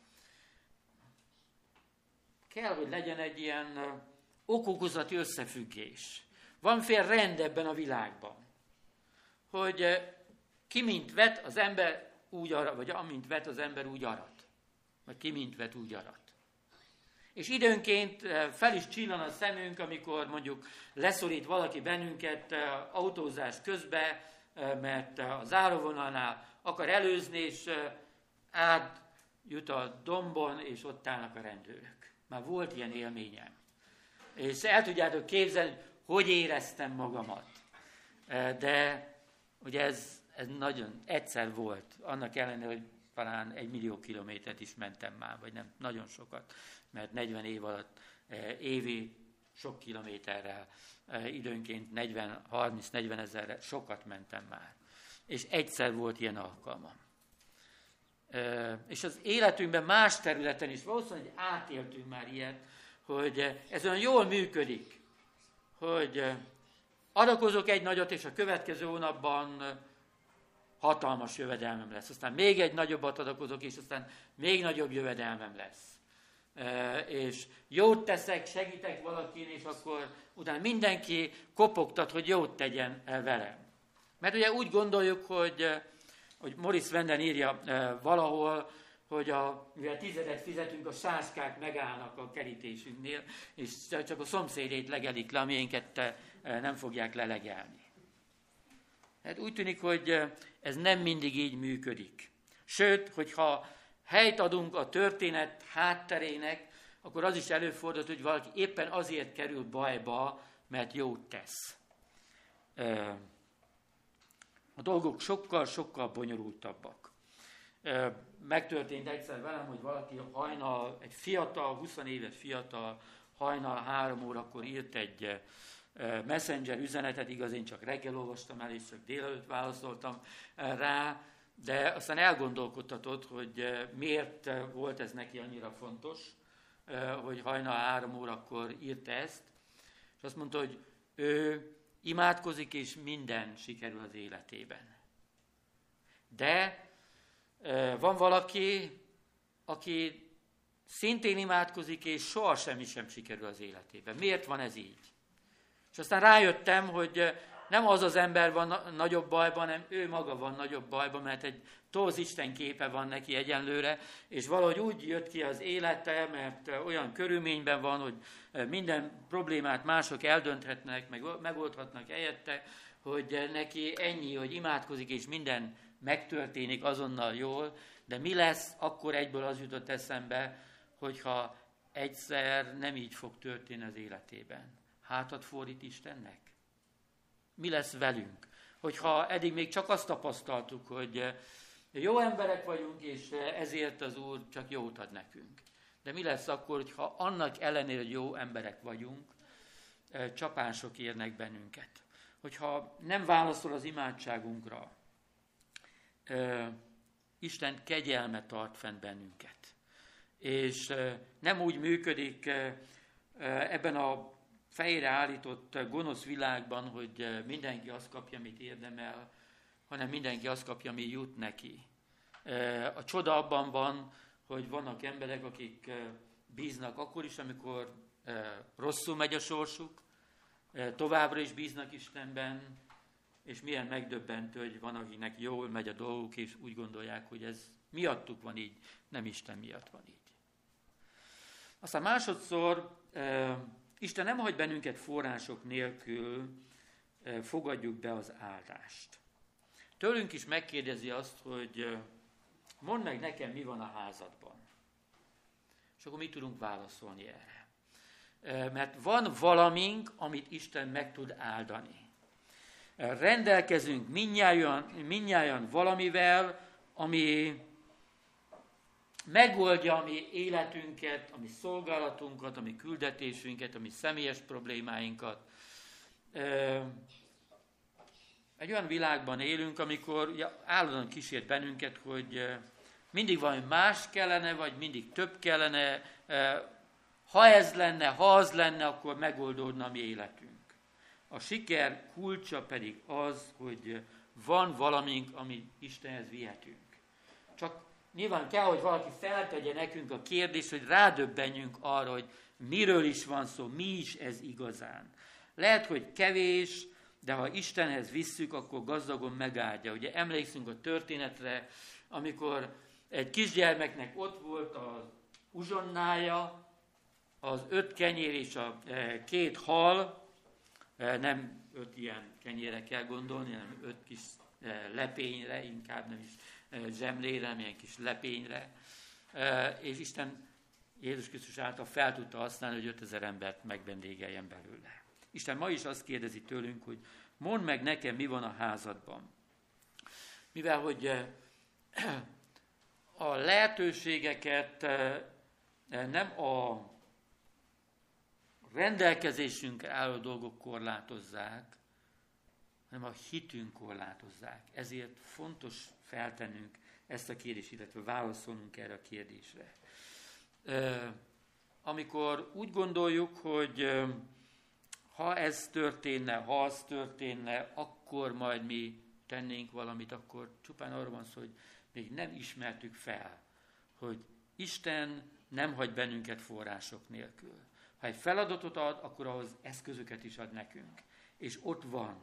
kell, hogy legyen egy ilyen okokozati összefüggés. Van fél rend ebben a világban, hogy ki mint vet, az ember úgy arat, vagy amint vet, az ember úgy arat. Vagy ki mint vet, úgy arat. És időnként fel is csillan a szemünk, amikor mondjuk leszorít valaki bennünket autózás közben, mert a záróvonalnál akar előzni, és átjut a dombon, és ott állnak a rendőrök. Már volt ilyen élményem. És el tudjátok képzelni, hogy éreztem magamat. De ugye ez nagyon egyszer volt, annak ellenére, hogy talán 1 millió kilométert is mentem már, vagy nem, nagyon sokat, mert 40 év alatt évi sok kilométerrel, időnként 30-40 ezerre sokat mentem már. És egyszer volt ilyen alkalmam. És az életünkben más területen is valószínűleg átéltünk már ilyet, hogy ez olyan jól működik, hogy adakozok egy nagyot, és a következő hónapban hatalmas jövedelmem lesz. Aztán még egy nagyobbat adakozok, és aztán még nagyobb jövedelmem lesz. És jót teszek, segítek valakin, és akkor utána mindenki kopogtat, hogy jót tegyen velem. Mert ugye úgy gondoljuk, hogy Morris Venden írja valahol, hogy mivel 10 fizetünk, a sáskák megállnak a kerítésünknél, és csak a szomszédét legelik le, amiénket nem fogják lelegelni. Hát úgy tűnik, hogy ez nem mindig így működik. Sőt, hogyha helyt adunk a történet hátterének, akkor az is előfordult, hogy valaki éppen azért kerül bajba, mert jót tesz. A dolgok sokkal bonyolultabbak. Megtörtént egyszer velem, hogy valaki hajnal, egy fiatal, 20 éves fiatal, hajnal 3 órakor írt egy messenger üzenetet, igaz, én csak reggel olvastam el, és csak délelőtt válaszoltam rá, De aztán elgondolkodtatott, hogy miért volt ez neki annyira fontos, hogy hajnal 3 órakor írta ezt, és azt mondta, hogy ő imádkozik, és minden sikerül az életében. De van valaki, aki szintén imádkozik, és soha semmi sem sikerül az életében. Miért van ez így? És aztán rájöttem, hogy nem az az ember van nagyobb bajban, hanem ő maga van nagyobb bajban, mert egy torz Isten képe van neki egyenlőre, és valahogy úgy jött ki az élete, mert olyan körülményben van, hogy minden problémát mások eldönthetnek, meg megoldhatnak helyette, hogy neki ennyi, hogy imádkozik, és minden megtörténik azonnal jól, de mi lesz, akkor egyből az jutott eszembe, hogyha egyszer nem így fog történni az életében. Hátat fordít Istennek? Mi lesz velünk? Hogyha eddig még csak azt tapasztaltuk, hogy jó emberek vagyunk, és ezért az Úr csak jót ad nekünk. De mi lesz akkor, hogyha annak ellenére, hogy jó emberek vagyunk, csapások érnek bennünket? Hogyha nem válaszol az imádságunkra, Isten kegyelme tart fenn bennünket. És nem úgy működik ebben a fejre állított gonosz világban, hogy mindenki azt kapja, amit érdemel, hanem mindenki azt kapja, ami jut neki. A csoda abban van, hogy vannak emberek, akik bíznak akkor is, amikor rosszul megy a sorsuk, továbbra is bíznak Istenben, és milyen megdöbbentő, hogy van, akiknek jól megy a dolguk, és úgy gondolják, hogy ez miattuk van így, nem Isten miatt van így. Aztán másodszor Isten nem hagy bennünket források nélkül, fogadjuk be az áldást. Tőlünk is megkérdezi azt, hogy mondd meg nekem, mi van a házadban. És akkor mit tudunk válaszolni erre? Mert van valamink, amit Isten meg tud áldani. Rendelkezünk mindnyájan valamivel, ami megoldja a mi életünket, a mi szolgálatunkat, a mi küldetésünket, a mi személyes problémáinkat. Egy olyan világban élünk, amikor állandóan kísért bennünket, hogy mindig valami más kellene, vagy mindig több kellene. Ha ez lenne, ha az lenne, akkor megoldódna a mi életünk. A siker kulcsa pedig az, hogy van valamink, amit Istenhez vihetünk. Csak nyilván kell, hogy valaki feltegye nekünk a kérdést, hogy rádöbbenjünk arra, hogy miről is van szó, mi is ez igazán. Lehet, hogy kevés, de ha Istenhez visszük, akkor gazdagon megáldja. Ugye emlékszünk a történetre, amikor egy kisgyermeknek ott volt az uzsonnája, az 5 kenyér és a 2 hal, nem 5 ilyen kenyére kell gondolni, hanem 5 kis lepényre, inkább nem is zsemlére, hanem ilyen kis lepényre. És Isten Jézus Krisztus által fel tudta használni, hogy 5000 embert megvendégeljen belőle. Isten ma is azt kérdezi tőlünk, hogy mondd meg nekem, mi van a házadban. Mivel, hogy a lehetőségeket nem a rendelkezésünkre álló dolgok korlátozzák, hanem a hitünk korlátozzák. Ezért fontos feltennünk ezt a kérdést, illetve válaszolnunk erre a kérdésre. Amikor úgy gondoljuk, hogy ha ez történne, ha az történne, akkor majd mi tennénk valamit, akkor csupán arról van szó, hogy még nem ismertük fel, hogy Isten nem hagy bennünket források nélkül. Ha egy feladatot ad, akkor ahhoz eszközöket is ad nekünk. És ott van.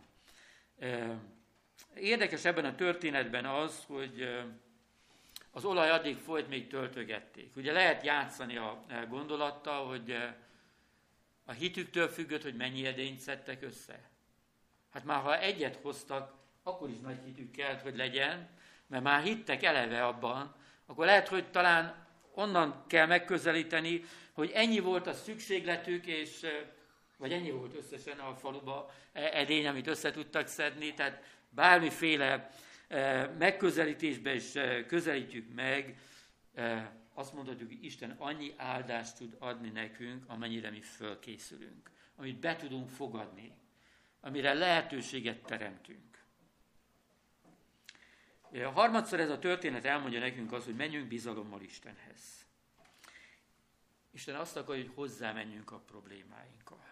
Érdekes ebben a történetben az, hogy az olaj addig folyt, még töltögették. Ugye lehet játszani a gondolattal, hogy a hitüktől függött, hogy mennyi edényt szedtek össze. Hát már ha egyet hoztak, akkor is nagy hitük kellett, hogy legyen, mert már hittek eleve abban, akkor lehet, hogy talán onnan kell megközelíteni, hogy ennyi volt a szükségletük, és, vagy ennyi volt összesen a faluba edény, amit össze tudtak szedni, tehát bármiféle megközelítésbe is közelítjük meg, azt mondhatjuk, hogy Isten annyi áldást tud adni nekünk, amennyire mi fölkészülünk, amit be tudunk fogadni, amire lehetőséget teremtünk. Harmadszor ez a történet elmondja nekünk azt, hogy menjünk bizalommal Istenhez. Isten azt akarja, hogy hozzá menjünk a problémáinkkal.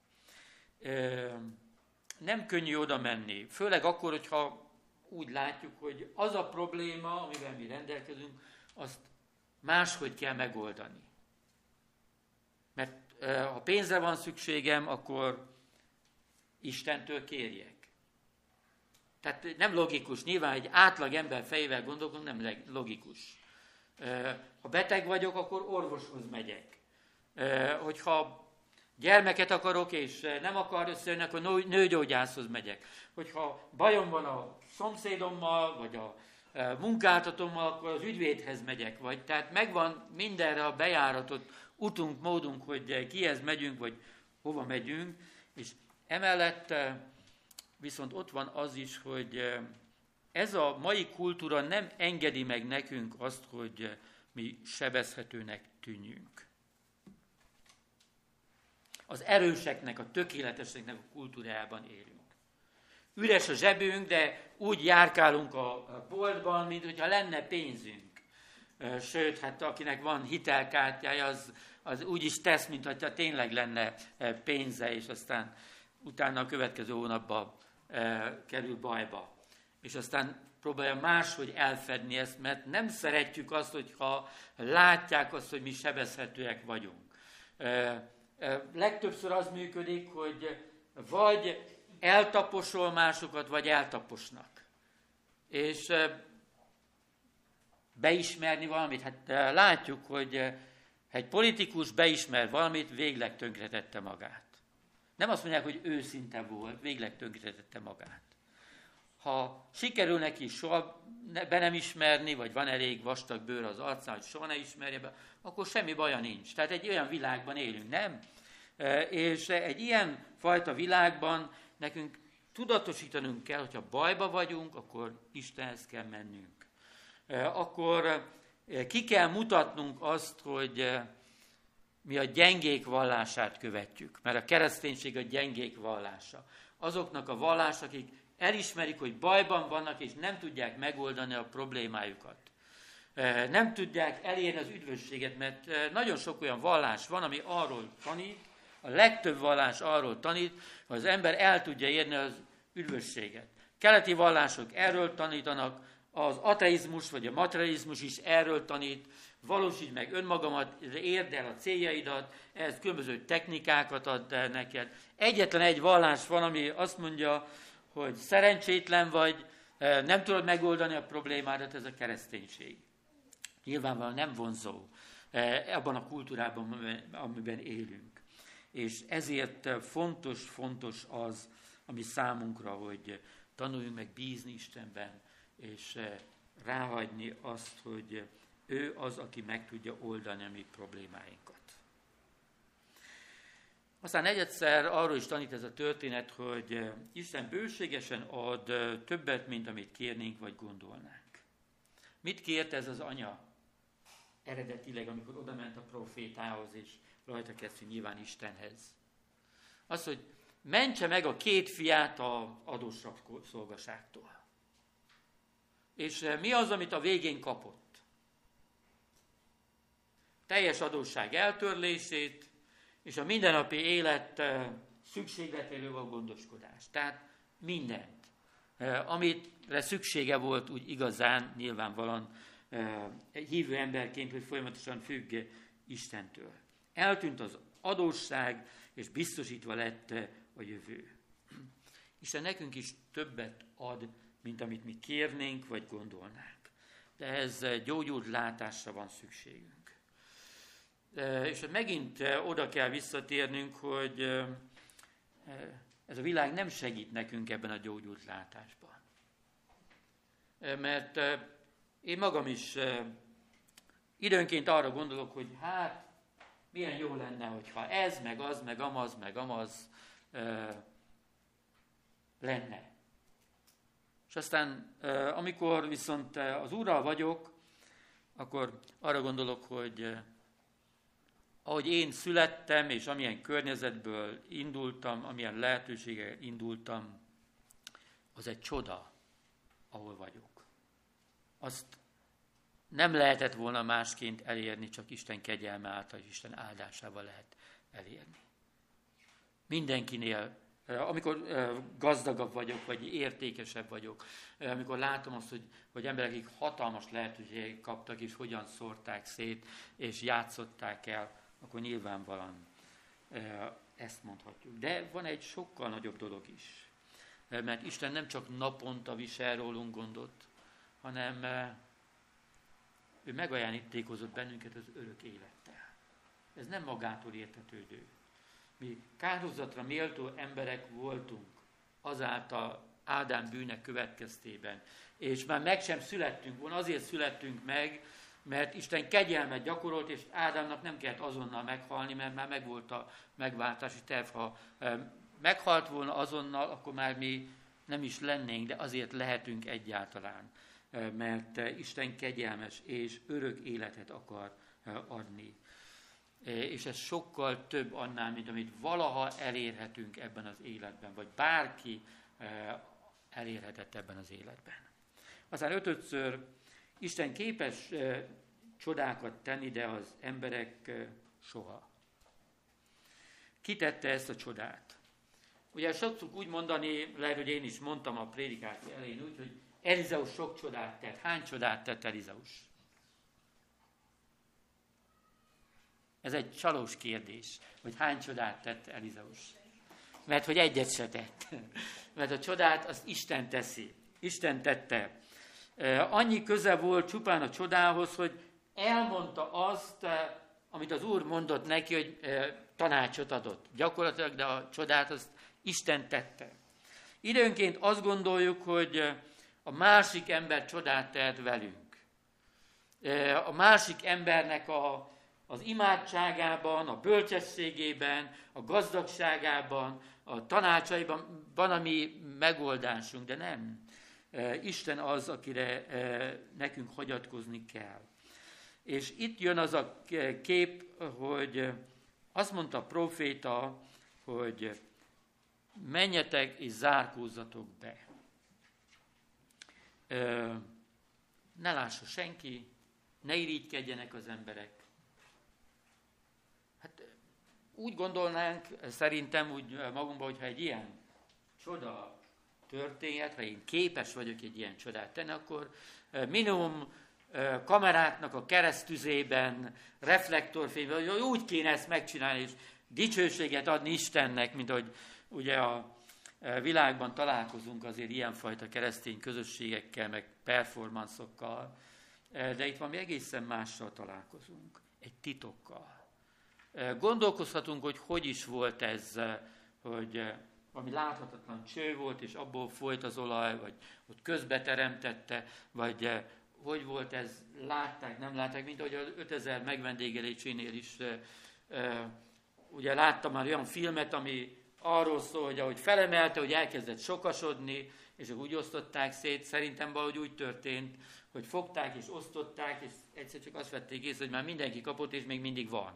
Nem könnyű oda menni, főleg akkor, hogyha úgy látjuk, hogy az a probléma, amivel mi rendelkezünk, azt máshogy kell megoldani. Mert ha pénzre van szükségem, akkor Istentől kérjek. Tehát nem logikus, nyilván egy átlag ember fejével gondolkodunk, nem logikus. Ha beteg vagyok, akkor orvoshoz megyek. Hogyha gyermeket akarok, és nem akar összejönni, akkor nőgyógyászhoz megyek. Hogyha bajom van a szomszédommal, vagy a munkáltatómmal, akkor az ügyvédhez megyek. Tehát megvan mindenre a bejáratott utunk, módunk, hogy kihez megyünk, vagy hova megyünk. És emellett viszont ott van az is, hogy ez a mai kultúra nem engedi meg nekünk azt, hogy mi sebezhetőnek tűnjünk. Az erőseknek, a tökéleteseknek a kultúrájában élünk. Üres a zsebünk, de úgy járkálunk a boltban, mint hogyha lenne pénzünk. Sőt, hát akinek van hitelkártyája, az úgy is tesz, mint hogyha tényleg lenne pénze, és aztán utána a következő hónapban kerül bajba. És aztán próbálja máshogy elfedni ezt, mert nem szeretjük azt, hogyha látják azt, hogy mi sebezhetőek vagyunk. Legtöbbször az működik, hogy vagy eltaposol másokat, vagy eltaposnak. És beismerni valamit, hát látjuk, hogy egy politikus beismer valamit, végleg tönkretette magát. Nem azt mondják, hogy őszinte volt, végleg tönkretette magát. Ha sikerül neki soha be nem ismerni, vagy van elég vastag bőr az arcán, hogy soha ne ismerje be, akkor semmi baja nincs. Tehát egy olyan világban élünk, nem? És egy ilyen fajta világban nekünk tudatosítanunk kell, hogyha bajba vagyunk, akkor Istenhez kell mennünk. Akkor ki kell mutatnunk azt, hogy mi a gyengék vallását követjük, mert a kereszténység a gyengék vallása. Azoknak a vallás, akik elismerik, hogy bajban vannak, és nem tudják megoldani a problémájukat. Nem tudják elérni az üdvösséget, mert nagyon sok olyan vallás van, ami arról tanít, a legtöbb vallás arról tanít, hogy az ember el tudja érni az üdvösséget. Keleti vallások erről tanítanak, az ateizmus vagy a materializmus is erről tanít, valósítsd meg önmagamat, érd el a céljaidat, ehhez különböző technikákat ad neked. Egyetlen egy vallás van, ami azt mondja, hogy szerencsétlen vagy, nem tudod megoldani a problémádat, ez a kereszténység. Nyilvánvalóan nem vonzó abban a kultúrában, amiben élünk. És ezért fontos az, ami számunkra, hogy tanuljunk meg bízni Istenben, és ráhagyni azt, hogy ő az, aki meg tudja oldani a mi problémáinkat. Aztán negyedszer arról is tanít ez a történet, hogy Isten bőségesen ad többet, mint amit kérnénk vagy gondolnánk. Mit kért ez az anya eredetileg, amikor odament a profétához, és rajta kezdve nyilván Istenhez? Az, hogy mentse meg a 2 fiát az adós rabszolgaságtól. És mi az, amit a végén kapott? Teljes adósság eltörlését, és a mindennapi élet szükségletéről való gondoskodás. Tehát mindent, amire szüksége volt úgy igazán, nyilvánvalóan hívő emberként, hogy folyamatosan függ Istentől. Eltűnt az adósság, és biztosítva lett a jövő. Isten nekünk is többet ad, mint amit mi kérnénk, vagy gondolnánk. De ez gyógyult látásra van szükségünk. És megint oda kell visszatérnünk, hogy ez a világ nem segít nekünk ebben a gyógyult látásban. Mert én magam is időnként arra gondolok, hogy hát milyen jó lenne, hogyha ez, meg az, meg amaz lenne. És aztán, amikor viszont az Úrral vagyok, akkor arra gondolok, hogy ahogy én születtem, és amilyen környezetből indultam, amilyen lehetőséggel indultam, az egy csoda, ahol vagyok. azt nem lehetett volna másként elérni, csak Isten kegyelme által, és Isten áldásával lehet elérni. Mindenkinél, amikor gazdagabb vagyok, vagy értékesebb vagyok, amikor látom azt, hogy emberek, akik hatalmas lehetőséget kaptak, és hogyan szórták szét, és játszották el, akkor nyilvánvalóan ezt mondhatjuk. De van egy sokkal nagyobb dolog is. Mert Isten nem csak naponta visel rólunk gondot, hanem ő megajándékozott bennünket az örök élettel. Ez nem magától értetődő. Mi kárhozatra méltó emberek voltunk azáltal Ádám bűnek következtében. És már meg sem születtünk volna, azért születtünk meg, mert Isten kegyelmet gyakorolt, és Ádámnak nem kellett azonnal meghalni, mert már megvolt a megváltási terv. Ha meghalt volna azonnal, akkor már mi nem is lennénk, de azért lehetünk egyáltalán, mert Isten kegyelmes és örök életet akar adni. És ez sokkal több annál, mint amit valaha elérhetünk ebben az életben, vagy bárki elérhetett ebben az életben. Aztán ötödször, Isten képes csodákat tenni, de az emberek soha. Ki tette ezt a csodát? Ugye szoktuk úgy mondani, lehet, hogy én is mondtam a prédikáció elején úgy, hogy Elizeus sok csodát tett. Hány csodát tett Elizeus? Ez egy csalós kérdés, hogy hány csodát tett Elizeus. Mert hogy egyet se tett. Mert a csodát azt Isten teszi. Isten tette. Annyi köze volt csupán a csodához, hogy elmondta azt, amit az Úr mondott neki, hogy tanácsot adott. Gyakorlatilag, de a csodát azt Isten tette. Időnként azt gondoljuk, hogy a másik ember csodát tehet velünk. A másik embernek az imádságában, a bölcsességében, a gazdagságában, a tanácsaiban van a mi megoldásunk, de nem. Isten az, akire nekünk hagyatkozni kell. És itt jön az a kép, hogy azt mondta a próféta, hogy menjetek és zárkózzatok be. Ne lássa senki, ne irigykedjenek az emberek. Hát úgy gondolnánk, szerintem úgy magunkban, hogyha egy ilyen csoda történhet, ha én képes vagyok egy ilyen csodát tenni, akkor minimum kameráknak a keresztüzében, reflektorfényben, hogy úgy kéne ezt megcsinálni, és dicsőséget adni Istennek, mint hogy ugye a világban találkozunk azért ilyenfajta keresztény közösségekkel, meg performanszokkal, de itt valami egészen mással találkozunk, egy titokkal. Gondolkozhatunk, hogy is volt ez, hogy valami láthatatlan cső volt, és abból folyt az olaj, vagy ott közbeteremtette, vagy hogy volt ez, látták, nem látták, mint ahogy az 5000 megvendégelésénél is. Ugye láttam már olyan filmet, ami arról szól, hogy ahogy felemelte, hogy elkezdett sokasodni, és úgy osztották szét. Szerintem valahogy úgy történt, hogy fogták és osztották, és egyszer csak azt vették észre, hogy már mindenki kapott, és még mindig van.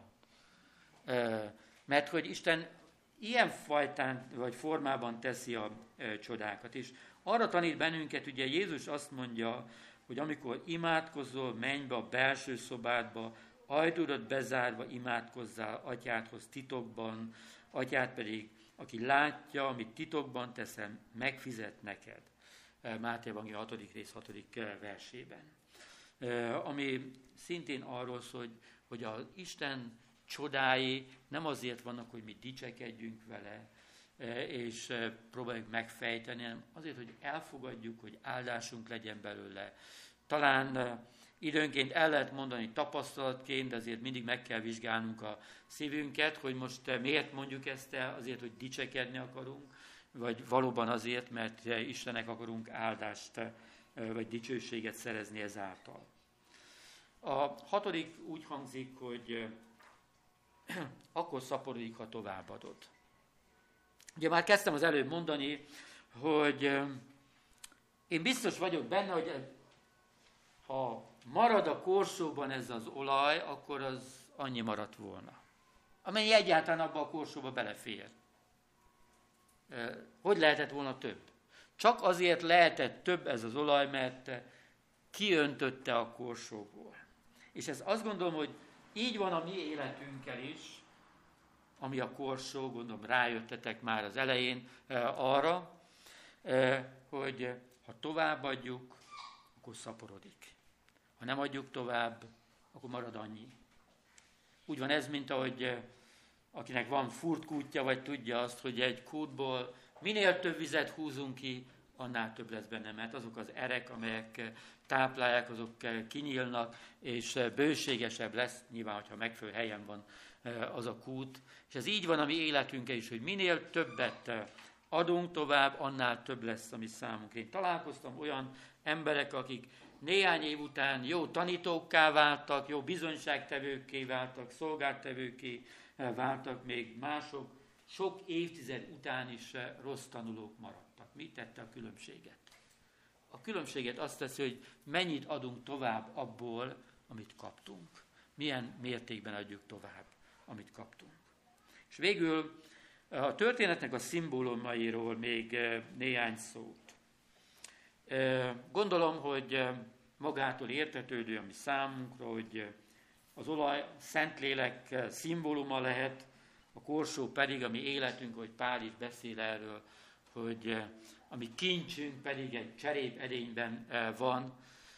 Mert hogy Isten ilyen fajtán vagy formában teszi a csodákat. És arra tanít bennünket, ugye Jézus azt mondja, hogy amikor imádkozol, menj be a belső szobádba, ajtódat bezárva imádkozzál atyádhoz titokban, atyád pedig, aki látja, amit titokban teszem, megfizet neked. Máté Evangélium 6. rész 6. versében. Ami szintén arról szól, hogy az Isten csodái nem azért vannak, hogy mi dicsekedjünk vele, és próbáljuk megfejteni, hanem azért, hogy elfogadjuk, hogy áldásunk legyen belőle. Talán időnként el lehet mondani tapasztalatként, de azért mindig meg kell vizsgálnunk a szívünket, hogy most miért mondjuk ezt el, azért, hogy dicsekedni akarunk, vagy valóban azért, mert Istennek akarunk áldást, vagy dicsőséget szerezni ezáltal. A 6. úgy hangzik, hogy akkor szaporodik, ha továbbadod. Ugye már kezdtem az előbb mondani, hogy én biztos vagyok benne, hogy ha marad a korsóban ez az olaj, akkor az annyi maradt volna. Amennyi egyáltalán abba a korsóba belefér. Hogy lehetett volna több? Csak azért lehetett több ez az olaj, mert kiöntötte a korsóból. És ez azt gondolom, hogy így van a mi életünkkel is, ami a korsó, gondolom rájöttetek már az elején arra, hogy ha továbbadjuk, akkor szaporodik. Ha nem adjuk tovább, akkor marad annyi. Úgy van ez, mint ahogy akinek van furtkútja, vagy tudja azt, hogy egy kútból minél több vizet húzunk ki, annál több lesz benne, mert azok az erek, amelyek táplálják, azok kinyílnak, és bőségesebb lesz, nyilván, hogyha megfelelő helyen van az a kút. És ez így van a mi életünkkel is, hogy minél többet adunk tovább, annál több lesz a mi számunkra. Én találkoztam olyan emberek, akik néhány év után jó tanítókká váltak, jó bizonyságtevőkké váltak, szolgálttevőkké váltak, még mások sok évtized után is rossz tanulók maradtak. Mi tette a különbséget? A különbséget azt teszi, hogy mennyit adunk tovább abból, amit kaptunk. Milyen mértékben adjuk tovább, amit kaptunk. És végül a történetnek a szimbólumairól még néhány szót. Gondolom, hogy magától értetődő, ami számunkra, hogy az olaj Szentlélek szimbóluma lehet, a korsó pedig a mi életünk, hogy Pál is beszél erről, hogy a mi kincsünk pedig egy cserépedényben van.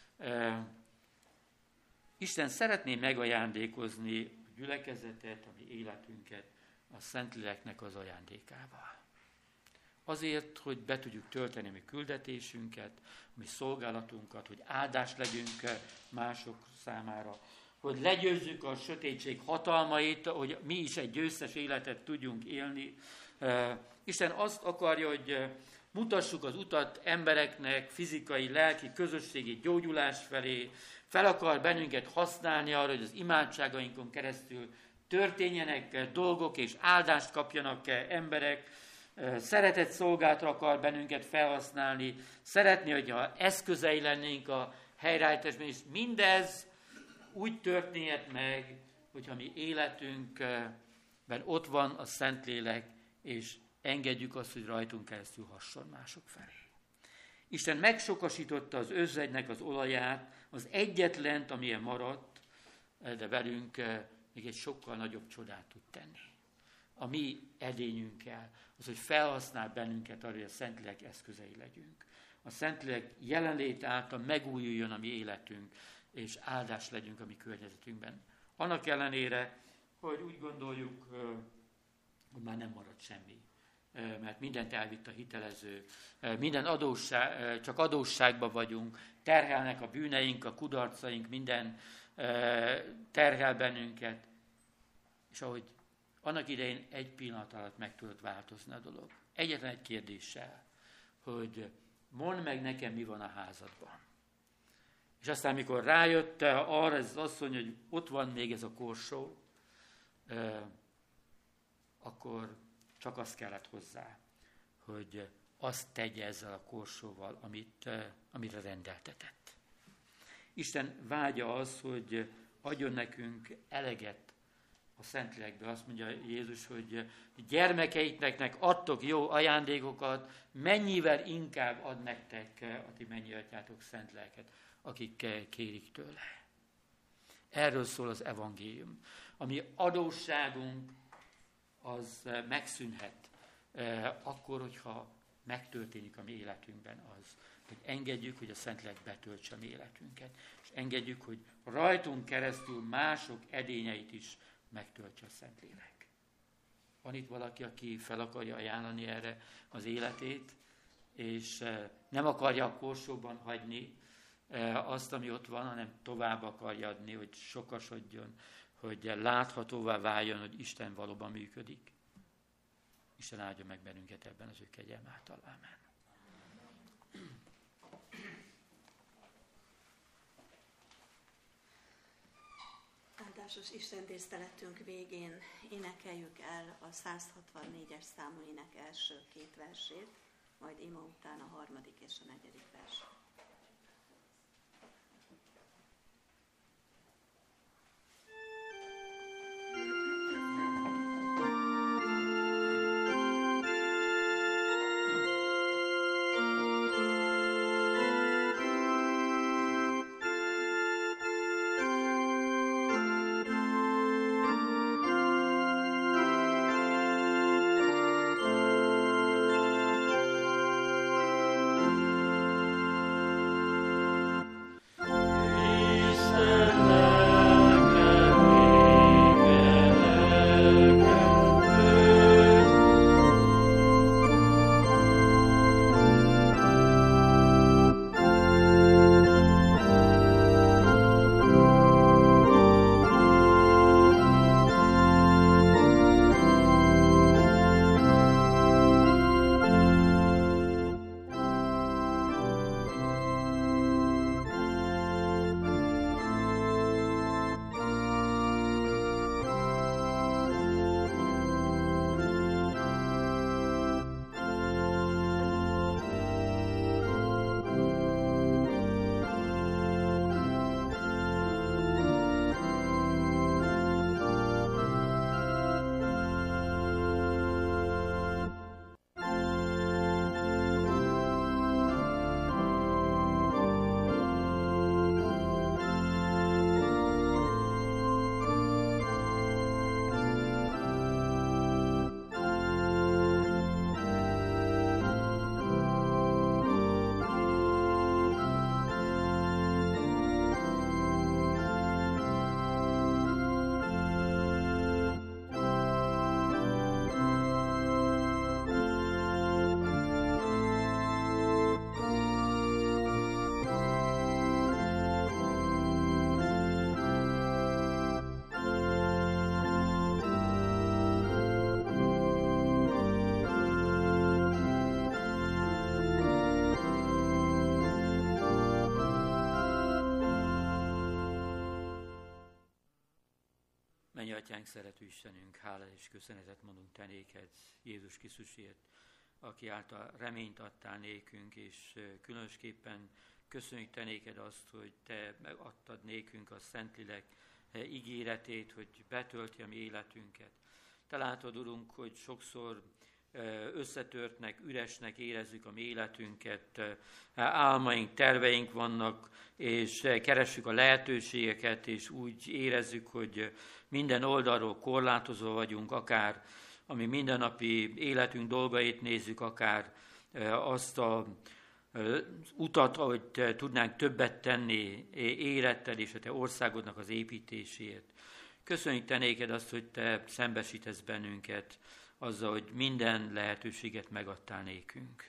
Isten szeretné megajándékozni a gyülekezetet, a mi életünket a Szentléleknek az ajándékával. Azért, hogy be tudjuk tölteni a mi küldetésünket, a mi szolgálatunkat, hogy áldás legyünk mások számára, hogy legyőzzük a sötétség hatalmait, hogy mi is egy győztes életet tudjunk élni. Isten azt akarja, hogy mutassuk az utat embereknek, fizikai, lelki, közösségi gyógyulás felé, fel akar bennünket használni arra, hogy az imádságainkon keresztül történjenek dolgok, és áldást kapjanak emberek, szeretett szolgálatra akar bennünket felhasználni, szeretné, hogyha eszközei lennénk a helyreállításban, és mindez úgy történhet meg, hogyha mi életünkben ott van a Szentlélek, és engedjük azt, hogy rajtunk keresztül hasson mások felé. Isten megsokasította az özvegynek az olaját, az egyetlent, amilyen maradt, de velünk még egy sokkal nagyobb csodát tud tenni. A mi edényünkkel, az, hogy felhasznál bennünket arra, hogy a Szentlélek eszközei legyünk. A Szentlélek jelenlét által megújuljon a mi életünk, és áldás legyünk a mi környezetünkben. Annak ellenére, hogy úgy gondoljuk, hogy már nem marad semmi, mert mindent elvitt a hitelező, minden adósság, csak adósságban vagyunk, terhelnek a bűneink, a kudarcaink, minden terhel bennünket, és ahogy annak idején egy pillanat alatt meg tudott változni a dolog. Egyetlen egy kérdéssel, hogy mondd meg nekem, mi van a házadban. És aztán, mikor rájött arra ez az asszony, hogy ott van még ez a korsó, akkor csak azt kellett hozzá, hogy azt tegye ezzel a korsóval, amire rendeltetett. Isten vágya az, hogy adjon nekünk eleget a Szentlélekből. Azt mondja Jézus, hogy gyermekeitnek adtok jó ajándékokat, mennyivel inkább ad nektek a ti mennyi atyátok szent lelket, akik kérik tőle. Erről szól az evangélium. A mi adósságunk az megszűnhet akkor, hogyha megtörténik a mi életünkben az, hogy engedjük, hogy a Szentlélek betöltse a mi életünket, és engedjük, hogy rajtunk keresztül mások edényeit is megtöltse a Szentlélek. Van itt valaki, aki fel akarja ajánlani erre az életét, és nem akarja a korsóban hagyni azt, ami ott van, hanem tovább akarja adni, hogy sokasodjon, hogy láthatóvá váljon, hogy Isten valóban működik. Isten áldja meg bennünket ebben az ő kegyelme által. Amen. Áldásos Isten tiszteletünk végén énekeljük el a 164-es számú ének első két versét, majd ima után a harmadik és a negyedik vers. Mennyi atyánk, szerető Istenünk, hála és köszönetet mondunk te néked, Jézus Krisztusért, aki által reményt adtál nékünk, és különösképpen köszönjük te néked azt, hogy te megadtad nékünk a Szentlélek ígéretét, hogy betölti a mi életünket. Te látod, Urunk, hogy sokszor összetörtnek, üresnek érezzük a mi életünket, álmaink, terveink vannak, és keressük a lehetőségeket, és úgy érezzük, hogy minden oldalról korlátozva vagyunk, akár ami mindennapi életünk dolgait nézzük, akár azt az utat, ahogy tudnánk többet tenni élettel és a te országodnak az építéséért. Köszönjük te néked azt, hogy te szembesítesz bennünket azzal, hogy minden lehetőséget megadtál nékünk.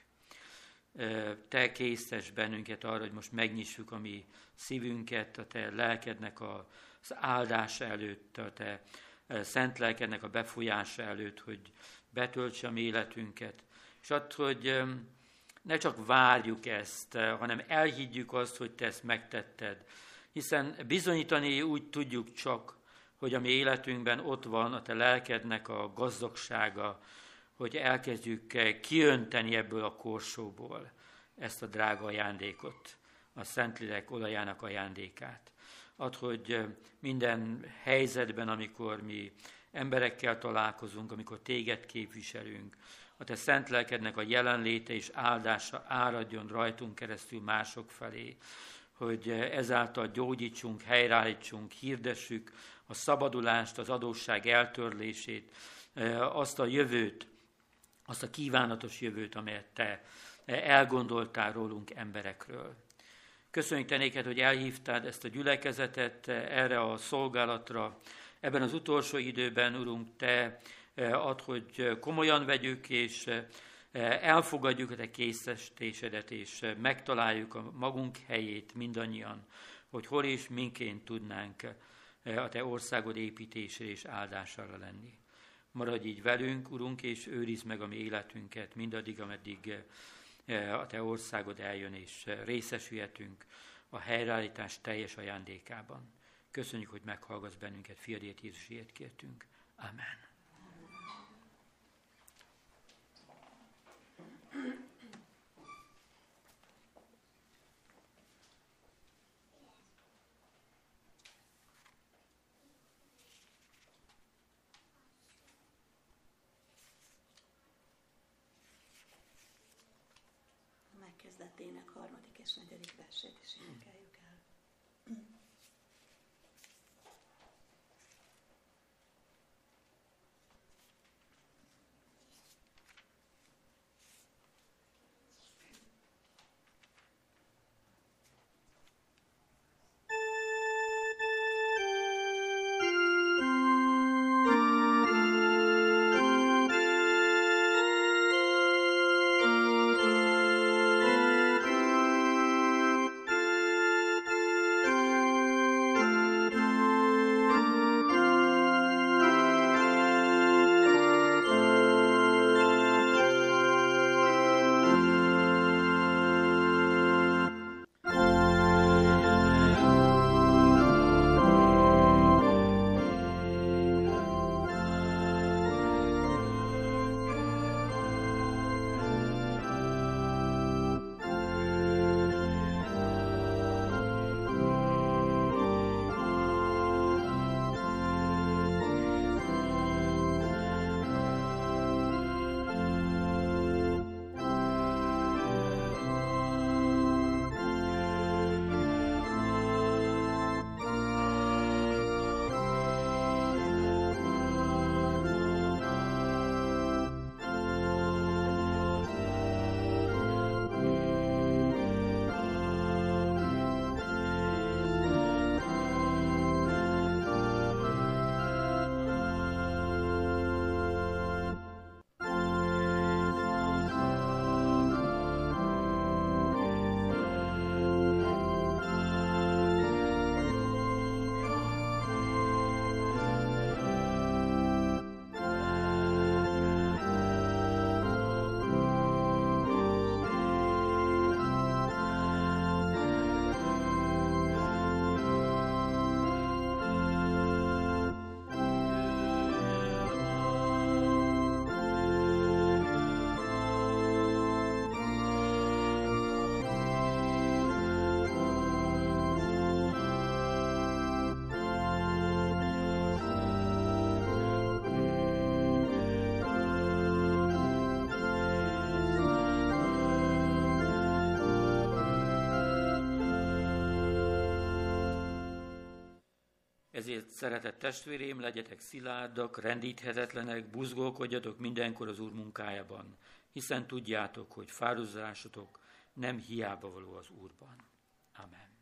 Te késztes bennünket arra, hogy most megnyissuk a mi szívünket a te lelkednek az áldása előtt, a te szent lelkednek a befolyása előtt, hogy betöltse a mi életünket. És azt, hogy ne csak várjuk ezt, hanem elhiggyük azt, hogy te ezt megtetted. Hiszen bizonyítani úgy tudjuk csak, hogy a mi életünkben ott van a te lelkednek a gazdagsága, hogy elkezdjük kiönteni ebből a korsóból ezt a drága ajándékot, a Szentlélek olajának ajándékát. Add, hogy minden helyzetben, amikor mi emberekkel találkozunk, amikor téged képviselünk, a te szent lelkednek a jelenléte és áldása áradjon rajtunk keresztül mások felé, hogy ezáltal gyógyítsunk, helyreállítsunk, hirdessük a szabadulást, az adósság eltörlését, azt a jövőt, azt a kívánatos jövőt, amelyet te elgondoltál rólunk emberekről. Köszönjük te néked, hogy elhívtad ezt a gyülekezetet erre a szolgálatra. Ebben az utolsó időben, Urunk, te add, hogy komolyan vegyük, és elfogadjuk a te késztetésedet, és megtaláljuk a magunk helyét mindannyian, hogy hol és minként tudnánk a te országod építésére és áldására lenni. Maradj így velünk, Urunk, és őrizd meg a mi életünket mindaddig, ameddig a te országod eljön, és részesülhetünk a helyreállítás teljes ajándékában. Köszönjük, hogy meghallgatsz bennünket, fiadért Jézusért kértünk. Amen. A megkezdett ének 3. és 4. versét is énekeljük el. Ezért, szeretett testvérém, legyetek szilárdak, rendíthetetlenek, buzgolkodjatok mindenkor az Úr munkájában, hiszen tudjátok, hogy fáradozásotok nem hiába való az Úrban. Amen.